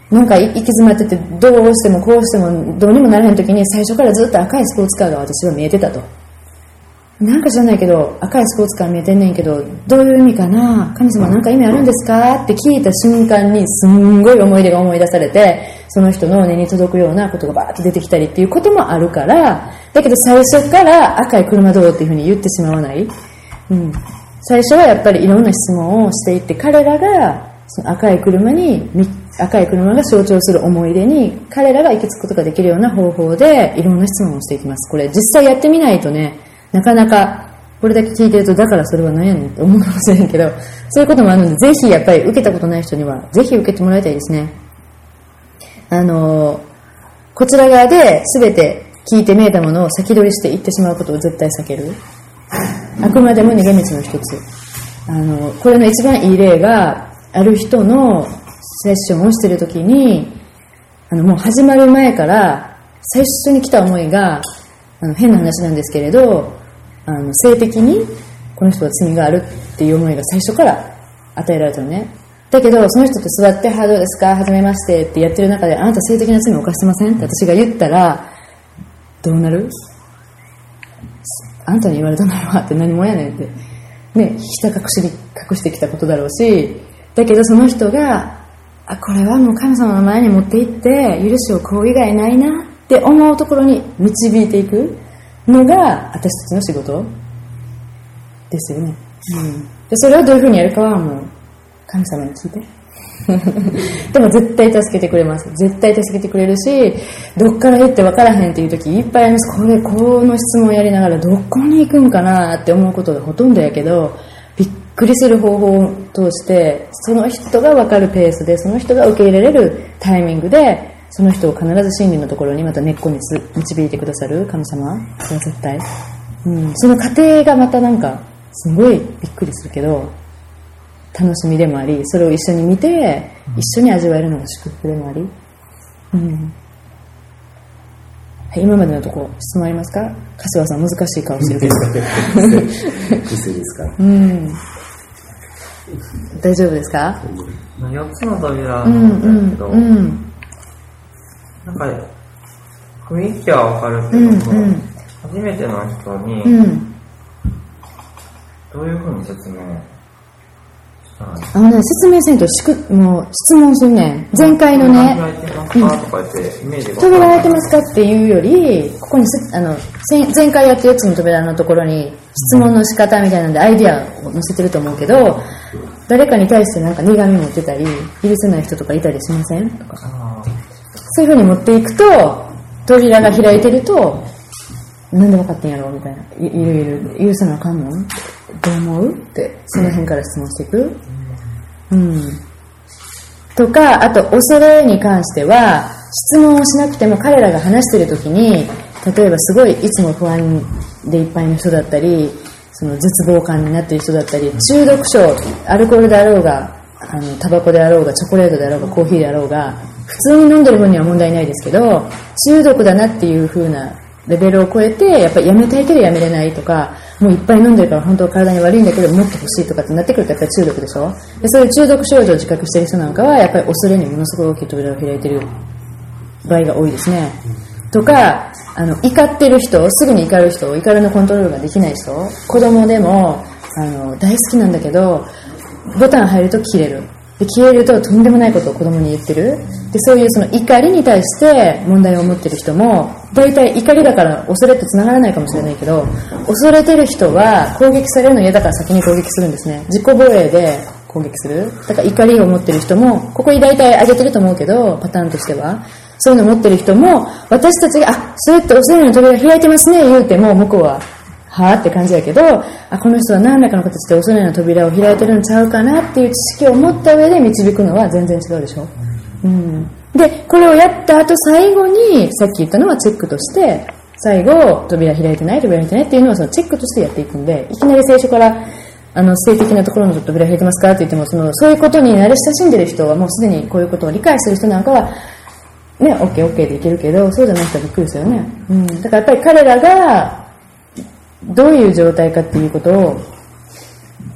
なんか行き詰まっててどうしてもこうしてもどうにもならへん時に最初からずっと赤いスポーツカーが私は見えてたと。なんか知らないけど赤いスポーツカー見えてんねんけどどういう意味かな、神様なんか意味あるんですかって聞いた瞬間にすんごい思い出が思い出されて、その人の根に届くようなことがバーッと出てきたりっていうこともあるから、だけど最初から赤い車どうっていうふうに言ってしまわない、うん、最初はやっぱりいろんな質問をしていって、彼らがその赤い車に赤い車が象徴する思い出に彼らが行き着くことができるような方法でいろんな質問をしていきます。これ実際やってみないとね、なかなかこれだけ聞いてるとだからそれは何やねんって思うかもしれんけど、そういうこともあるので、ぜひやっぱり受けたことない人にはぜひ受けてもらいたいですね。あのこちら側で全て聞いて見えたものを先取りしていってしまうことを絶対避ける。あくまでも逃げ道の一つ。あのこれの一番いい例が、ある人のセッションをしているときに、あのもう始まる前から最初に来た思いが、あの変な話なんですけれど、あの性的にこの人は罪があるっていう思いが最初から与えられたのね。だけどその人と座って、はどうですか、はじめましてってやってる中で、あなた性的な罪を犯してませんって私が言ったらどうなる？あんたに言われたのよって何もやねんってね、ひた隠しに隠してきたことだろうし、だけどその人が、あ、これはもう神様の前に持って行って許しを請う以外ないなって思うところに導いていくのが私たちの仕事ですよね、うん、でそれをどういうふうにやるかはもう神様に聞いてでも絶対助けてくれます。絶対助けてくれるし、どっから行って分からへんっていう時いっぱいあります。これこの質問をやりながらどこに行くんかなって思うことがほとんどやけど、びっくりする方法を通してその人が分かるペースで、その人が受け入れられるタイミングで、その人を必ず真理のところにまた根っこに導いてくださる神様、それは絶対、うん、その過程がまたなんかすごいびっくりするけど楽しみでもあり、それを一緒に見て一緒に味わえるのが祝福でもあり、うん、はい、今までのところ質問ありますか？柏さん難しい顔してるけど癖ですか？ うん、大丈夫ですか？ よっつの扉なんだけど、うんうんうん、なんか雰囲気はわかるけど、うんうん、初めての人にどういうふうに説明したらいい？ あのね、説明せんとしくもう質問するねん。前回のね、 扉開いてますかとか言ってイメージが扉開いてますかっていうより、ここにあの前回やったやつの扉のところに質問の仕方みたいなんでアイディアを載せてると思うけど、誰かに対してなんか苦味持ってたり許せない人とかいたりしませんとか、そういうふうに持っていくと、扉が開いてると、なんで分かってんやろみたいな、いるいる、許さなあかんの？どう思う？ってその辺から質問していく、うん、とか、あと恐れに関しては質問をしなくても彼らが話してる時に、例えばすごいいつも不安でいっぱいの人だったり、その絶望感になっている人だったり、中毒症、アルコールであろうが、あのタバコであろうが、チョコレートであろうが、コーヒーであろうが、普通に飲んでる分には問題ないですけど、中毒だなっていう風なレベルを超えて、やっぱりやめたいけどやめれないとか、もういっぱい飲んでるから本当は体に悪いんだけどもっと欲しいとかってなってくるとやっぱり中毒でしょ。でそういう中毒症状を自覚している人なんかはやっぱり恐れにものすごい大きい扉を開いている場合が多いですね。とか、あの怒ってる人、すぐに怒る人、怒りのコントロールができない人、子供でもあの大好きなんだけどボタン入ると切れる。で消えるととんでもないことを子供に言ってる。でそういうその怒りに対して問題を持ってる人も、大体怒りだから恐れってつながらないかもしれないけど、恐れてる人は攻撃されるの嫌だから先に攻撃するんですね。自己防衛で攻撃する。だから怒りを持ってる人も、ここに大体上げてると思うけど、パターンとしてはそういうの持ってる人も、私たちがあそれって恐れの扉開いてますね言うても向こうははぁって感じだけど、あこの人は何らかの形で恐れの扉を開いてるんちゃうかなっていう知識を持った上で導くのは全然違うでしょ、うん、でこれをやった後最後にさっき言ったのはチェックとして、最後扉開いてない扉開いてないっていうのはそのチェックとしてやっていくんで、いきなり最初からあの性的なところの扉開いてますかって言っても、そのそういうことに慣れ親しんでる人はもうすでにこういうことを理解する人なんかはね オーケーオーケー でいけるけど、そうじゃない人はびっくりですよね、うん、だからやっぱり彼らがどういう状態かっていうことを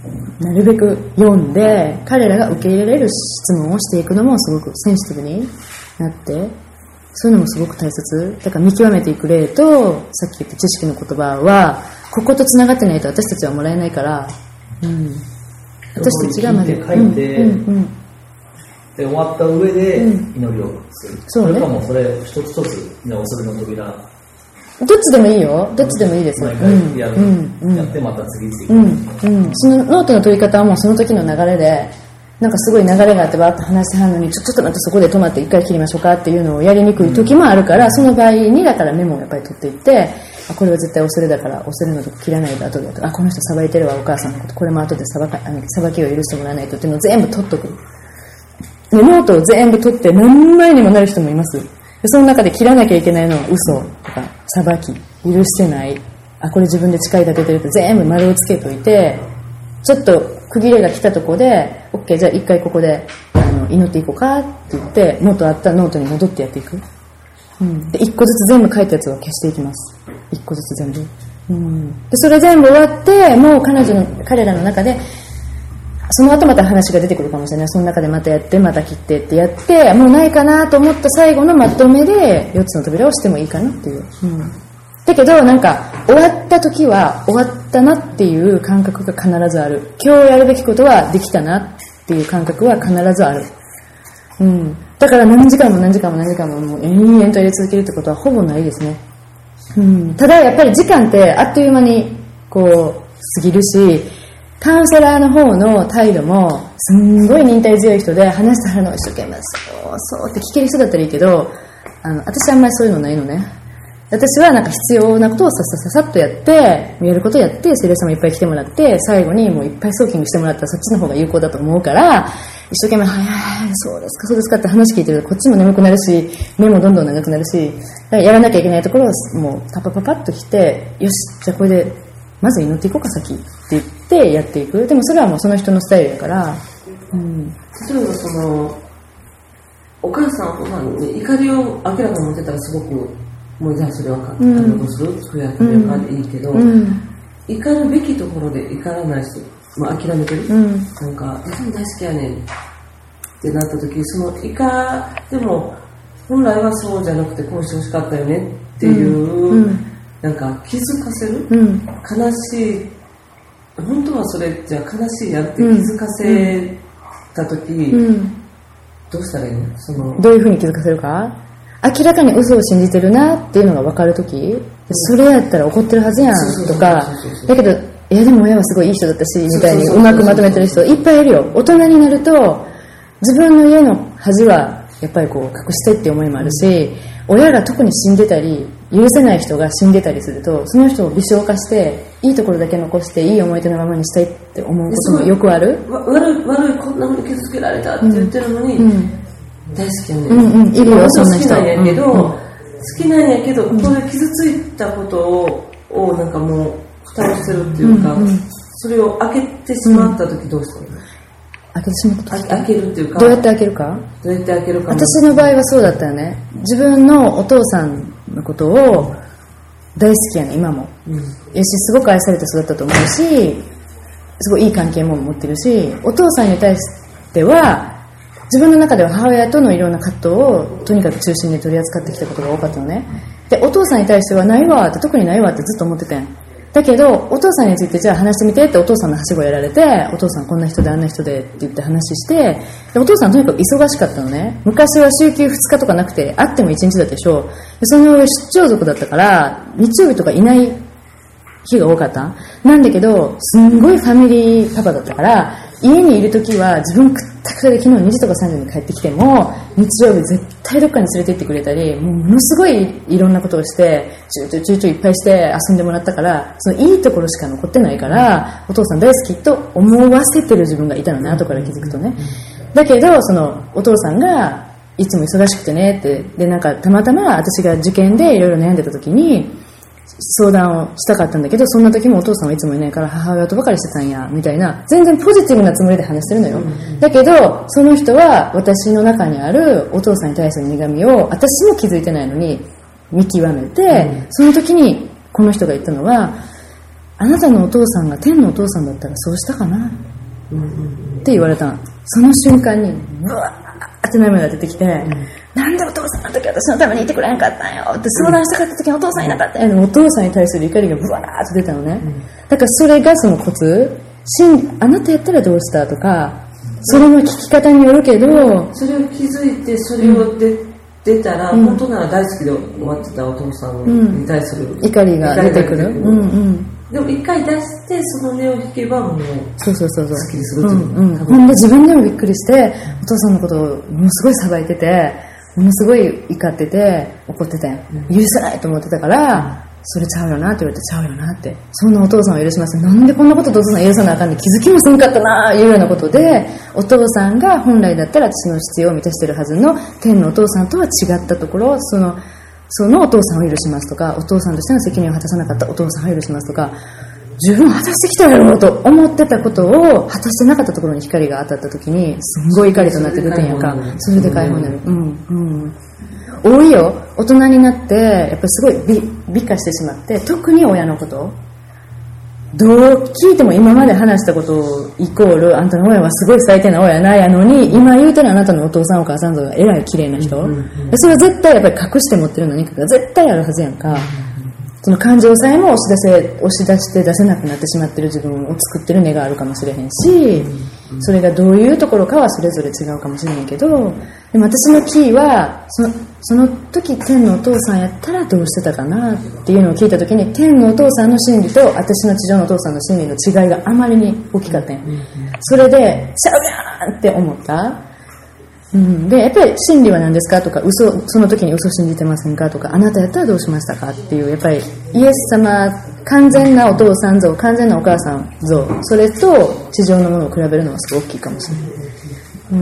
なるべく読んで彼らが受け入れられる質問をしていくのもすごくセンシティブになって、そういうのもすごく大切だから見極めていく例と、さっき言った知識の言葉はこことつながってないと私たちはもらえないから、うん、私たちがまず書いて、うんうんうん、で終わった上で祈りをする、うん、それかもそれ一つ一つ恐れの扉、 どっちでもいいよ、どっちでもいいですよ。 毎回やる、うんうん、やってまた次々、 うんうん、そのノートの取り方はもうその時の流れで、なんかすごい流れがあってバーッと話してはるのに、ちょっと待ってそこで止まって一回切りましょうかっていうのをやりにくい時もあるから、うん、その場合にだからメモをやっぱり取っていって、あこれは絶対恐れだから恐れのとこ切らないと後でとか、あこの人さばいてるわお母さんのこと、これも後でさばかあのさばきを許してもらわないとっていうのを全部取っとく。でノートを全部取って何枚にもなる人もいます。でその中で切らなきゃいけないのは嘘とかさばき、許してない、あこれ自分で誓い立ててると全部丸をつけといて、ちょっと区切れが来たとこで OK じゃあ一回ここであの祈っていこうかって言って元あったノートに戻ってやっていく、うん、で一個ずつ全部書いたやつを消していきます。一個ずつ全部、うん、でそれ全部終わってもう彼女の彼らの中でその後また話が出てくるかもしれない。その中でまたやってまた切ってってやってもうないかなと思った最後のまとめでよっつの扉をしてもいいかなっていう、うん、だけどなんか終わった時は終わったなっていう感覚が必ずある。今日やるべきことはできたなっていう感覚は必ずある、うん、だから何時間も何時間も何時間ももう延々とやり続けるってことはほぼないですね、うん、ただやっぱり時間ってあっという間にこう過ぎるし、カウンセラーの方の態度もすんごい忍耐強い人で話してはるのを一生懸命そうそうって聞ける人だったらいいけど、あの私あんまりそういうのないのね。私はなんか必要なことをさっさささっとやってやることやって精霊様いっぱい来てもらって最後にもういっぱいソーキングしてもらったらそっちの方が有効だと思うから、一生懸命はいはいそうですかそうですかって話聞いてるとこっちも眠くなるし目もどんどん長くなるし、やらなきゃいけないところをもうパパパパッと来て、よしじゃあこれでまず祈っていこうか先って言ってやっていく。でもそれはもうその人のスタイルだから、うん、 例えばそのお母さんお父さんに怒りを明らかに持ってたらすごくもうじゃあそれはか、うん、どうするそれやってみようかでいいけど、うん、怒るべきところで怒らない人、まあ、諦めてる、うん、なんか自分大好きやねんってなった時、その怒でも本来はそうじゃなくてこうしてほしかったよねっていう、うんうん、なんか気づかせる、うん、悲しい本当はそれじゃ悲しいやって気づかせた時、うん、どうしたらいいの？そのどういうふうに気づかせるか、明らかに嘘を信じてるなっていうのが分かるとき、それやったら怒ってるはずやんとか、だけどいやでも親はすごいいい人だったしみたいにうまくまとめてる人いっぱいいるよ。大人になると自分の家の恥はやっぱりこう隠したいって思いもあるし、親が特に死んでたり許せない人が死んでたりするとその人を微小化していいところだけ残していい思い出のままにしたいって思うこともよくある。 悪い悪いこんなふうに傷つけられたって言ってるのに、うんうん大好きやね、 うんうん、いるよそんな人。 好きなんやけど、うんうん、好きなんやけどここで傷ついたことを、をなんかもう蓋をしてるっていうか、うんうん、それを開けてしまった時どうしたの？ 開けてしまった時開けるっていうかどうやって開けるかどうやって開けるか私の場合はそうだったよね。自分のお父さんのことを大好きやね今も、うん、よしすごく愛されて育ったと思うしすごいいい関係も持ってるし、お父さんに対しては自分の中では母親とのいろんな葛藤をとにかく中心に取り扱ってきたことが多かったのね。でお父さんに対してはないわって特にないわってずっと思っててんだけど、お父さんについてじゃあ話してみてってお父さんのはしごやられて、お父さんこんな人であんな人でって言って話して、でお父さんとにかく忙しかったのね。昔は週休ふつかとかなくて会ってもいちにちだったでしょ。でその上出張族だったから日曜日とかいない日が多かったなんだけど、すんごいファミリーパパだったから家にいるときは自分くったくたで昨日にじとかさんじに帰ってきても日曜日絶対どっかに連れて行ってくれたり、もうものすごいいろんなことをしてちゅうちゅうちゅうちゅういっぱいして遊んでもらったから、そのいいところしか残ってないからお父さん大好きと思わせてる自分がいたのね、後から気づくとね。だけどそのお父さんがいつも忙しくてねって、でなんかたまたま私が受験でいろいろ悩んでた時に相談をしたかったんだけど、そんな時もお父さんはいつもいないから母親とばかりしてたんやみたいな、全然ポジティブなつもりで話してるのよ、うん、だけどその人は私の中にあるお父さんに対する苦みを私も気づいてないのに見極めて、うん、その時にこの人が言ったのは、あなたのお父さんが天のお父さんだったらそうしたかなっって言われたの。その瞬間にブワーって涙が出てきて、うん、なんでお父さんの時私のためにいてくれなかったんよって相談したかった時にお父さんいなかったんよ。お父さんに対する怒りがブワーって出たのね、うん、だからそれがそのコツ。あなたやったらどうしたとか、それの聞き方によるけど、 それを気づいてそれを出、うん、出たら、うん、本当なら大好きで終わってたお父さんに対する、 うん、怒りが出てくる。うんうん、 でも一回出してその根を引けばもうそうそうそうそうすっきりするという、 うんうん、ほんで自分でもびっくりしてお父さんのことをものすごいさばいてて、ものすごい怒ってて怒ってて、うん、許せないと思ってたから、うん、それちゃうよなって言われて、ちゃうよなって、そんなお父さんを許します、なんでこんなことお父さん許さなあかんねん、気づきもせんかったないうようなことで、お父さんが本来だったら私の必要を満たしてるはずの天のお父さんとは違ったところ、そのそのお父さんを許しますとか、お父さんとしての責任を果たさなかったお父さんを許しますとか、十分果たしてきたやろうと思ってたことを果たしてなかったところに光が当たった時にすんごい怒りとなって出てんやんか。それで解放になる。うんうん多いよ。大人になってやっぱりすごい 美, 美化してしまって、特に親のことどう聞いても今まで話したことをイコールあんたの親はすごい最低な親なんやのに、今言うてるあなたのお父さんお母さんとか偉い綺麗な人、うんうんうん、それは絶対やっぱり隠して持ってるのに絶対あるはずやんか。その感情さえも押し出せ押し出して出せなくなってしまってる自分を作ってる根があるかもしれへんし、それがどういうところかはそれぞれ違うかもしれないけど、でも私のキーはその、その時天のお父さんやったらどうしてたかなっていうのを聞いた時に、天のお父さんの心理と私の地上のお父さんの心理の違いがあまりに大きかったんや。それでちゃうやんって思った。うん、でやっぱり真理は何ですかとか、嘘その時に嘘信じてませんかとか、あなたやったらどうしましたかっていう、やっぱりイエス様完全なお父さん像、完全なお母さん像、それと地上のものを比べるのはすごく大きいかもしれない。うん、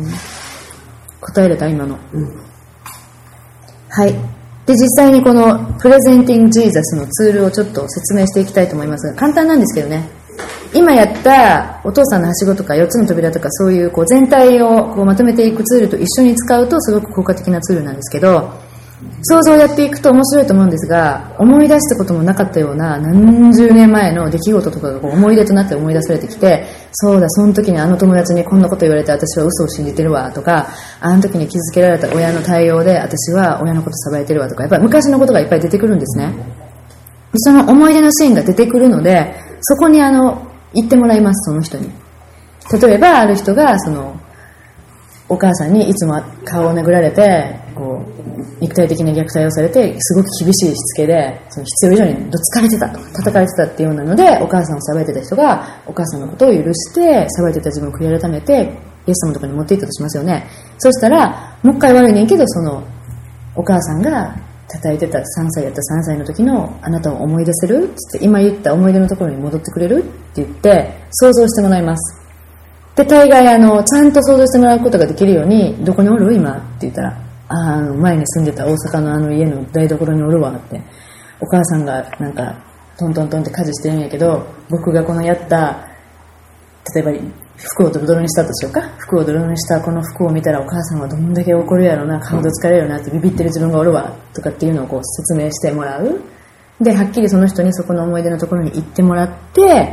答えれた今の、うん、はい。で実際にこのプレゼンティングジーザスのツールをちょっと説明していきたいと思いますが、簡単なんですけどね、今やったお父さんのはしごとかよっつの扉とか、そういうこう全体をこうまとめていくツールと一緒に使うとすごく効果的なツールなんですけど、想像をやっていくと面白いと思うんですが、思い出したこともなかったような何十年前の出来事とかがこう思い出となって思い出されてきて、そうだその時にあの友達にこんなこと言われて私は嘘を信じてるわとか、あの時に気づけられた親の対応で私は親のことさばいてるわとか、やっぱり昔のことがいっぱい出てくるんですね。その思い出のシーンが出てくるので、そこにあの言ってもらいます。その人に例えばある人がそのお母さんにいつも顔を殴られて、こう肉体的な虐待をされてすごく厳しいしつけで、その必要以上にどつかれてたと叩かれてたっていうようなので、お母さんを裁いてた人がお母さんのことを許して裁いてた自分を悔い改めてイエス様のところに持っていったとしますよね。そしたらもう一回悪いねんけど、そのお母さんが叩いてたさんさいやったさんさいの時のあなたを思い出せるって今言った思い出のところに戻ってくれるって言って想像してもらいます。で大概あのちゃんと想像してもらうことができるように、どこにおる今って言ったら、ああ前に住んでた大阪のあの家の台所におるわって、お母さんがなんかトントントンって家事してるんやけど、僕がこのやった例えば服をドロドロにしたとしようか、服をドロドロにしたこの服を見たらお母さんはどんだけ怒るやろな、顔どつかれるよなってビビってる自分がおるわとかっていうのをこう説明してもらう。ではっきりその人にそこの思い出のところに行ってもらって、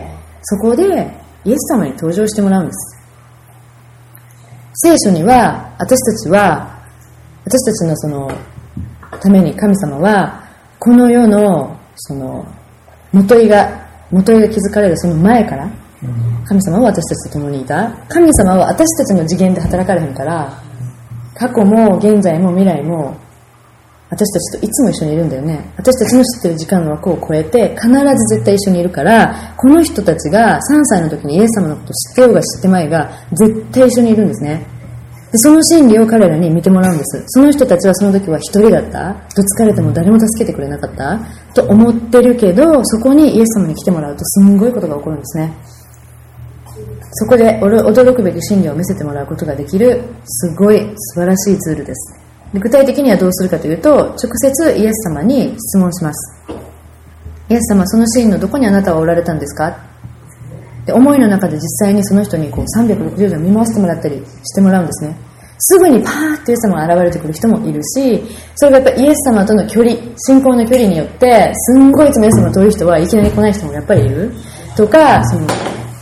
そこでイエス様に登場してもらうんです。聖書には私たちは私たちのそのために神様はこの世のその元井が元井が築かれるその前から神様は私たちと共にいた。神様は私たちの次元で働かれへんから、過去も現在も未来も私たちといつも一緒にいるんだよね。私たちの知ってる時間の枠を超えて必ず絶対一緒にいるから、この人たちがさんさいの時にイエス様のことを知ってようが知ってまいが絶対一緒にいるんですね。でその真理を彼らに見てもらうんです。その人たちはその時は一人だった、どつかれても誰も助けてくれなかったと思ってるけど、そこにイエス様に来てもらうとすんごいことが起こるんですね。そこで驚くべき真理を見せてもらうことができるすごい素晴らしいツールです。で具体的にはどうするかというと、直接イエス様に質問します。イエス様、そのシーンのどこにあなたはおられたんですか。で思いの中で実際にその人にこうさんびゃくろくじゅうど見回してもらったりしてもらうんですね。すぐにパーッとイエス様が現れてくる人もいるし、それがやっぱりイエス様との距離、信仰の距離によってすんごいいつもイエス様が遠い人はいきなり来ない人もやっぱりいるとか、その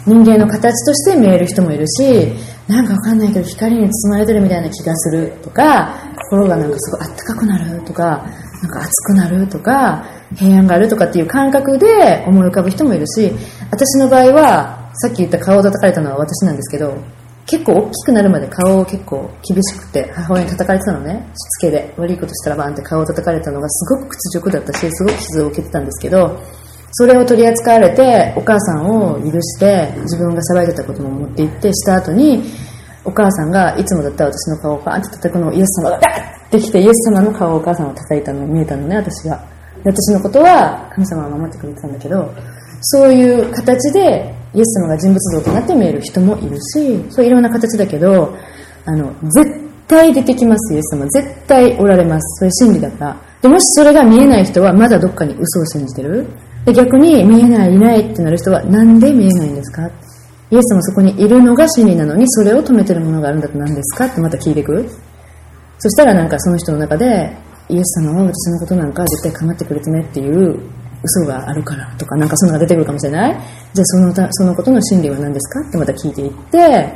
人間の形として見える人もいるし、なんかわかんないけど光に包まれてるみたいな気がするとか、心がなんかすごいあったかくなるとか、なんか熱くなるとか、平安があるとかっていう感覚で思い浮かぶ人もいるし、私の場合はさっき言った顔を叩かれたのは私なんですけど、結構大きくなるまで顔を結構厳しくて母親に叩かれてたのね。しつけで悪いことしたらバンって顔を叩かれたのがすごく屈辱だったし、すごく傷を受けてたんですけど、それを取り扱われてお母さんを許して自分が騒いでたことも持って行ってした後に、お母さんがいつもだったら私の顔をバーンって叩くのをイエス様がガッてきて、イエス様の顔をお母さんを叩いたのが見えたのね、私が。で私のことは神様が守ってくれてたんだけど、そういう形でイエス様が人物像となって見える人もいるし、そういろんな形だけど、あの絶対出てきます。イエス様絶対おられます。それ真理だから。でもしそれが見えない人はまだどっかに嘘を信じてる。で逆に見えないいないってなる人はなんで見えないんですか。イエス様そこにいるのが真理なのに、それを止めてるものがあるんだと何ですかってまた聞いていく。そしたらなんかその人の中で、イエス様は私のことなんか絶対構ってくれてねっていう嘘があるからとか、なんかそういうのが出てくるかもしれない。じゃあそのたそのことの真理は何ですかってまた聞いていって、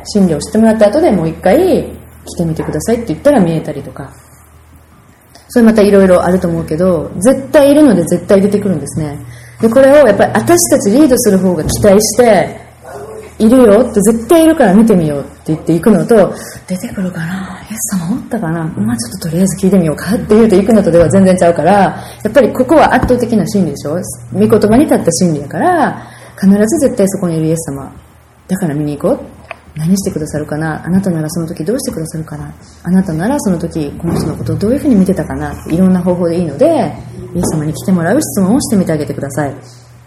真理を知ってもらった後でもう一回来てみてくださいって言ったら見えたりとか、それまたいろいろあると思うけど、絶対いるので絶対出てくるんですね。でこれをやっぱり私たちリードする方が期待して、いるよって絶対いるから見てみようって言って行くのと、出てくるかな、イエス様おったかな、まあちょっととりあえず聞いてみようかって言うと行くのとでは全然ちゃうから、やっぱりここは圧倒的な真理でしょ。御言葉に立った真理だから、必ず絶対そこにいるイエス様だから見に行こう。何してくださるかな、あなたならその時どうしてくださるかな、あなたならその時この人のことをどういうふうに見てたかな、いろんな方法でいいのでイエス様に来てもらう質問をしてみてあげてください。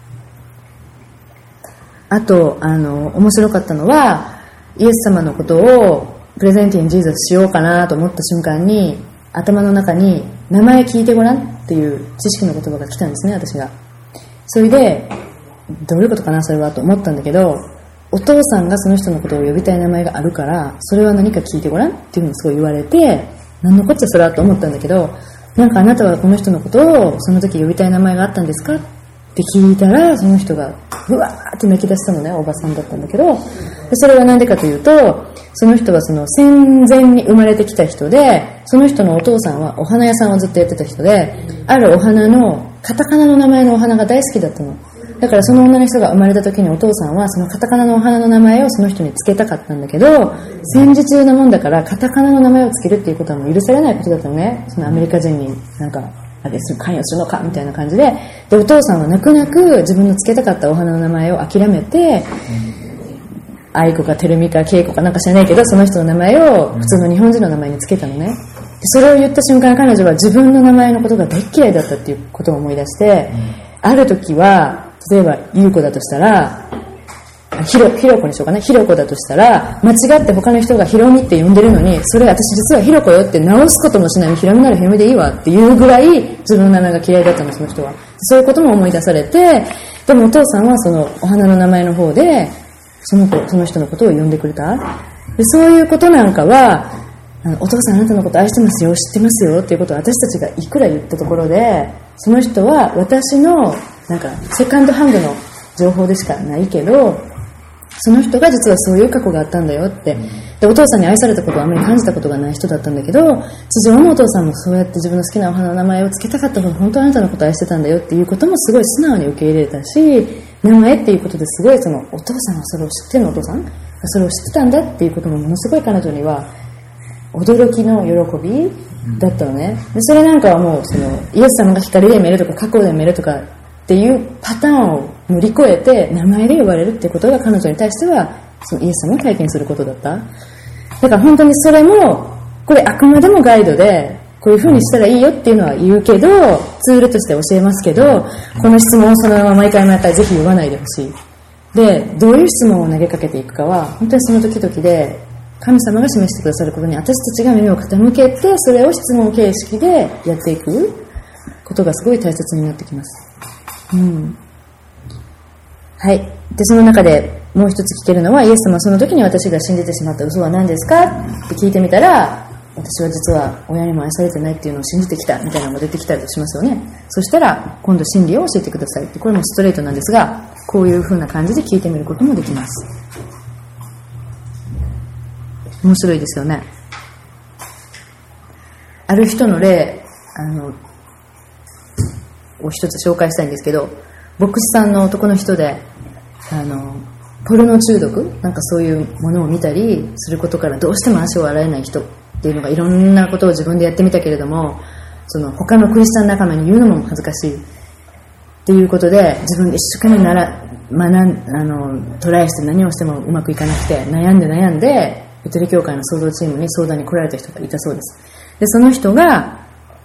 あとあの面白かったのは、イエス様のことをプレゼンティングジーザスしようかなと思った瞬間に、頭の中に名前聞いてごらんっていう知識の言葉が来たんですね、私が。それでどういうことかなそれはと思ったんだけど、お父さんがその人のことを呼びたい名前があるから、それは何か聞いてごらんっていうふうにすごい言われて、何のこっちゃそれはと思ったんだけど、なんかあなたはこの人のことをその時呼びたい名前があったんですかって聞いたら、その人がうわーって泣き出したのね、おばさんだったんだけど、でそれは何でかというと、その人はその戦前に生まれてきた人で、その人のお父さんはお花屋さんをずっとやってた人で、あるお花のカタカナの名前のお花が大好きだったの。だからその女の人が生まれた時にお父さんはそのカタカナのお花の名前をその人につけたかったんだけど、戦時中なもんだからカタカナの名前をつけるっていうことはもう許されないことだったのね。そのアメリカ人になんかあれ関与するのかみたいな感じで、でお父さんは泣く泣く自分のつけたかったお花の名前を諦めて、愛子かてるみかけいこかなんか知らないけど、その人の名前を普通の日本人の名前につけたのね。でそれを言った瞬間、彼女は自分の名前のことが大嫌いだったっていうことを思い出して、ある時は例えば優子だとしたら、ひろひろこにしようかな、ひろこだとしたら、間違って他の人がひろみって呼んでるのに、それ私実はひろこよって直すこともしない、ひろみならひろみでいいわっていうぐらい自分の名前が嫌いだったの、その人は。そういうことも思い出されて、でもお父さんはそのお花の名前の方でその子その人のことを呼んでくれた。でそういうことなんかは、お父さんあなたのこと愛してますよ、知ってますよっていうことを私たちがいくら言ったところで、その人は私のなんかセカンドハンドの情報でしかないけど、その人が実はそういう過去があったんだよって。でお父さんに愛されたことをあまり感じたことがない人だったんだけど、地上のお父さんもそうやって自分の好きなお花の名前をつけたかったほど本当はあなたのことを愛してたんだよっていうこともすごい素直に受け入れたし、名前っていうことですごいそのお父さんがそれを知ってるの、お父さんがそれを知ってたんだっていうこともものすごい彼女には驚きの喜びだったのね。でそれなんかはもうそのイエス様が光で見えるとか過去で見えるとかっていうパターンを乗り越えて名前で呼ばれるってことが彼女に対してはそのイエス様を体験することだった。だから本当にそれもこれあくまでもガイドでこういう風にしたらいいよっていうのは言うけど、ツールとして教えますけど、この質問をそのまま毎回毎回ぜひ言わないでほしい。でどういう質問を投げかけていくかは本当にその時々で神様が示してくださることに私たちが耳を傾けて、それを質問形式でやっていくことがすごい大切になってきます。うん、はい。でその中でもう一つ聞けるのは、イエス様はその時に私が信じてしまった嘘は何ですかって聞いてみたら、私は実は親にも愛されてないっていうのを信じてきたみたいなのも出てきたりしますよね。そしたら今度真理を教えてくださいって、これもストレートなんですが、 こういう風な感じで聞いてみることもできます。面白いですよね。ある人の例あのを一つ紹介したいんですけど、牧師さんの男の人であのポルノ中毒なんかそういうものを見たりすることからどうしても足を洗えない人っていうのがいろんなことを自分でやってみたけれども、その他のクリスチャン仲間に言うのも恥ずかしいっていうことで自分で一生懸命なら学んあのトライして何をしてもうまくいかなくて悩んで悩んでベテル教会の創造チームに相談に来られた人がいたそうです。でその人が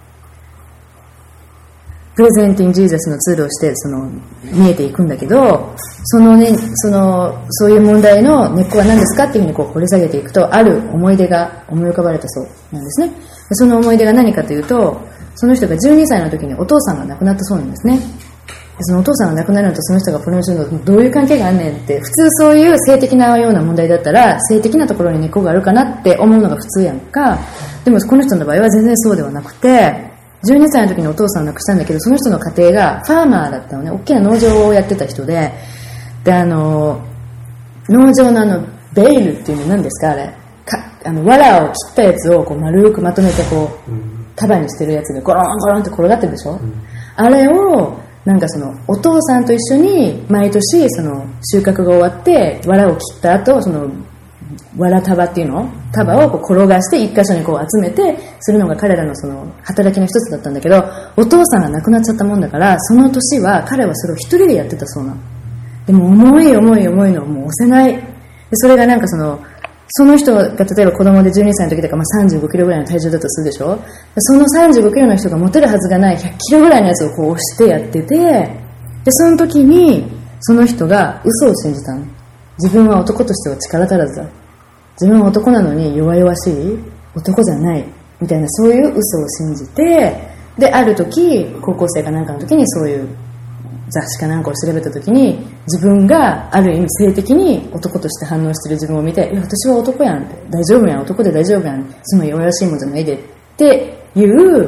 プレゼンティングジーザスのツールをしてその見えていくんだけど、そのねそのそういう問題の根っこは何ですかっていうふうにこう掘り下げていくと、ある思い出が思い浮かばれたそうなんですね。でその思い出が何かというと、その人がじゅうにさいの時にお父さんが亡くなったそうなんですね。でそのお父さんが亡くなるのとその人がポルノ中毒のどういう関係があんねんって、普通そういう性的なような問題だったら性的なところに根っこがあるかなって思うのが普通やんか。でもこの人の場合は全然そうではなくて、じゅうにさいの時にお父さんを亡くしたんだけど、その人の家庭がファーマーだったのね。大きな農場をやってた人で、であの農場のあのベイルっていうの何ですかあれか、あの藁を切ったやつをこう丸くまとめてこう、うん、束にしてるやつがゴロンゴロンって転がってるでしょ、うん、あれをなんかそのお父さんと一緒に毎年その収穫が終わって藁を切った後、その藁束っていうの束をこう転がして一箇所にこう集めてするのが彼らのその働きの一つだったんだけど、お父さんが亡くなっちゃったもんだから、その年は彼はそれを一人でやってたそうなの。でも重い重い重いのをもう押せない。でそれがなんかそのその人が例えば子供でじゅうにさいの時とか、まあ、さんじゅうごキロぐらいの体重だとするでしょ。そのさんじゅうごキロの人が持てるはずがないひゃっキロぐらいのやつをこう押してやってて、でその時にその人が嘘を信じたの。自分は男としては力足らずだ、自分は男なのに弱々しい男じゃないみたいな、そういう嘘を信じて、である時高校生かなんかの時にそういう雑誌かなんかを調べた時に、自分がある意味性的に男として反応してる自分を見て、いや私は男やんって、大丈夫やん、男で大丈夫やん、その弱々しいもんじゃないでっていう、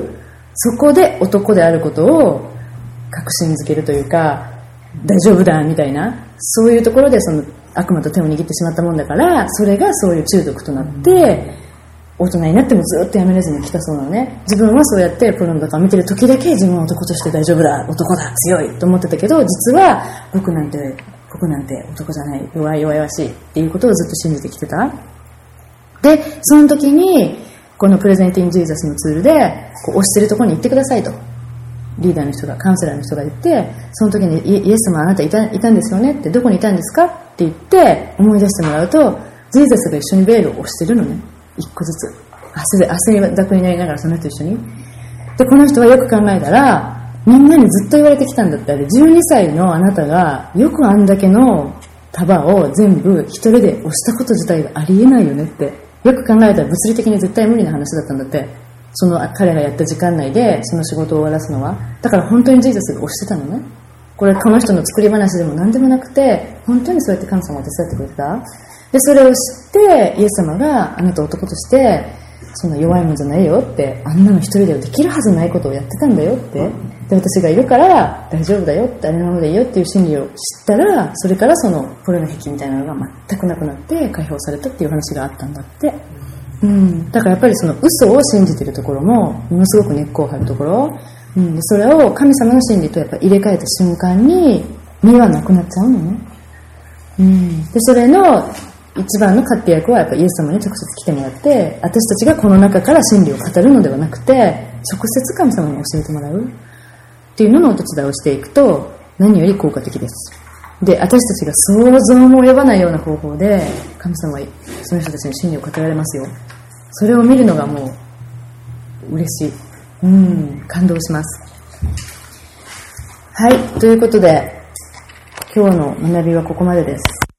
そこで男であることを確信づけるというか、大丈夫だみたいな、そういうところでその悪魔と手を握ってしまったもんだから、それがそういう中毒となって大人になってもずっとやめれずに来たそうなのね。自分はそうやってポルノとか見てる時だけ自分は男として大丈夫だ、男だ、強いと思ってたけど、実は僕なんて僕なんて男じゃない、弱い弱々しいっていうことをずっと信じてきてた。でその時にこのプレゼンティングジーザスのツールでこう押してるところに行ってくださいとリーダーの人が、カウンセラーの人が言って、その時にイエス様あなたいた、いたんですよねって、どこにいたんですかって言って思い出してもらうと、ジーザスが一緒にベールを押してるのね、一個ずつ汗で汗だくになりながらその人一緒に。でこの人はよく考えたら、みんなにずっと言われてきたんだって、あれじゅうにさいのあなたがよくあんだけの束を全部一人で押したこと自体がありえないよねって、よく考えたら物理的に絶対無理な話だったんだって、その彼がやった時間内でその仕事を終わらすのは。だから本当にジーザスが押してたのね。これこの人の作り話でも何でもなくて、本当にそうやって神様が手伝ってくれてた。でそれを知ってイエス様が、あなた男としてそんな弱いもんじゃないよって、あんなの一人ではできるはずないことをやってたんだよって、で私がいるから大丈夫だよって、あれなのでいいよっていう真理を知ったら、それからそのポルノ癖みたいなのが全くなくなって解放されたっていう話があったんだって。うん、だからやっぱりその嘘を信じているところもものすごく根っこを張るところ、うん、でそれを神様の真理とやっぱ入れ替えた瞬間に身はなくなっちゃうのね、うん、でそれの一番の勝手役はやっぱイエス様に直接来てもらって、私たちがこの中から真理を語るのではなくて、直接神様に教えてもらうっていうののお手伝いをしていくと何より効果的です。で私たちが想像も及ばないような方法で神様はその人たちに真理を語られますよ。それを見るのがもう嬉しい、うん、感動します。はい、ということで今日の学びはここまでです。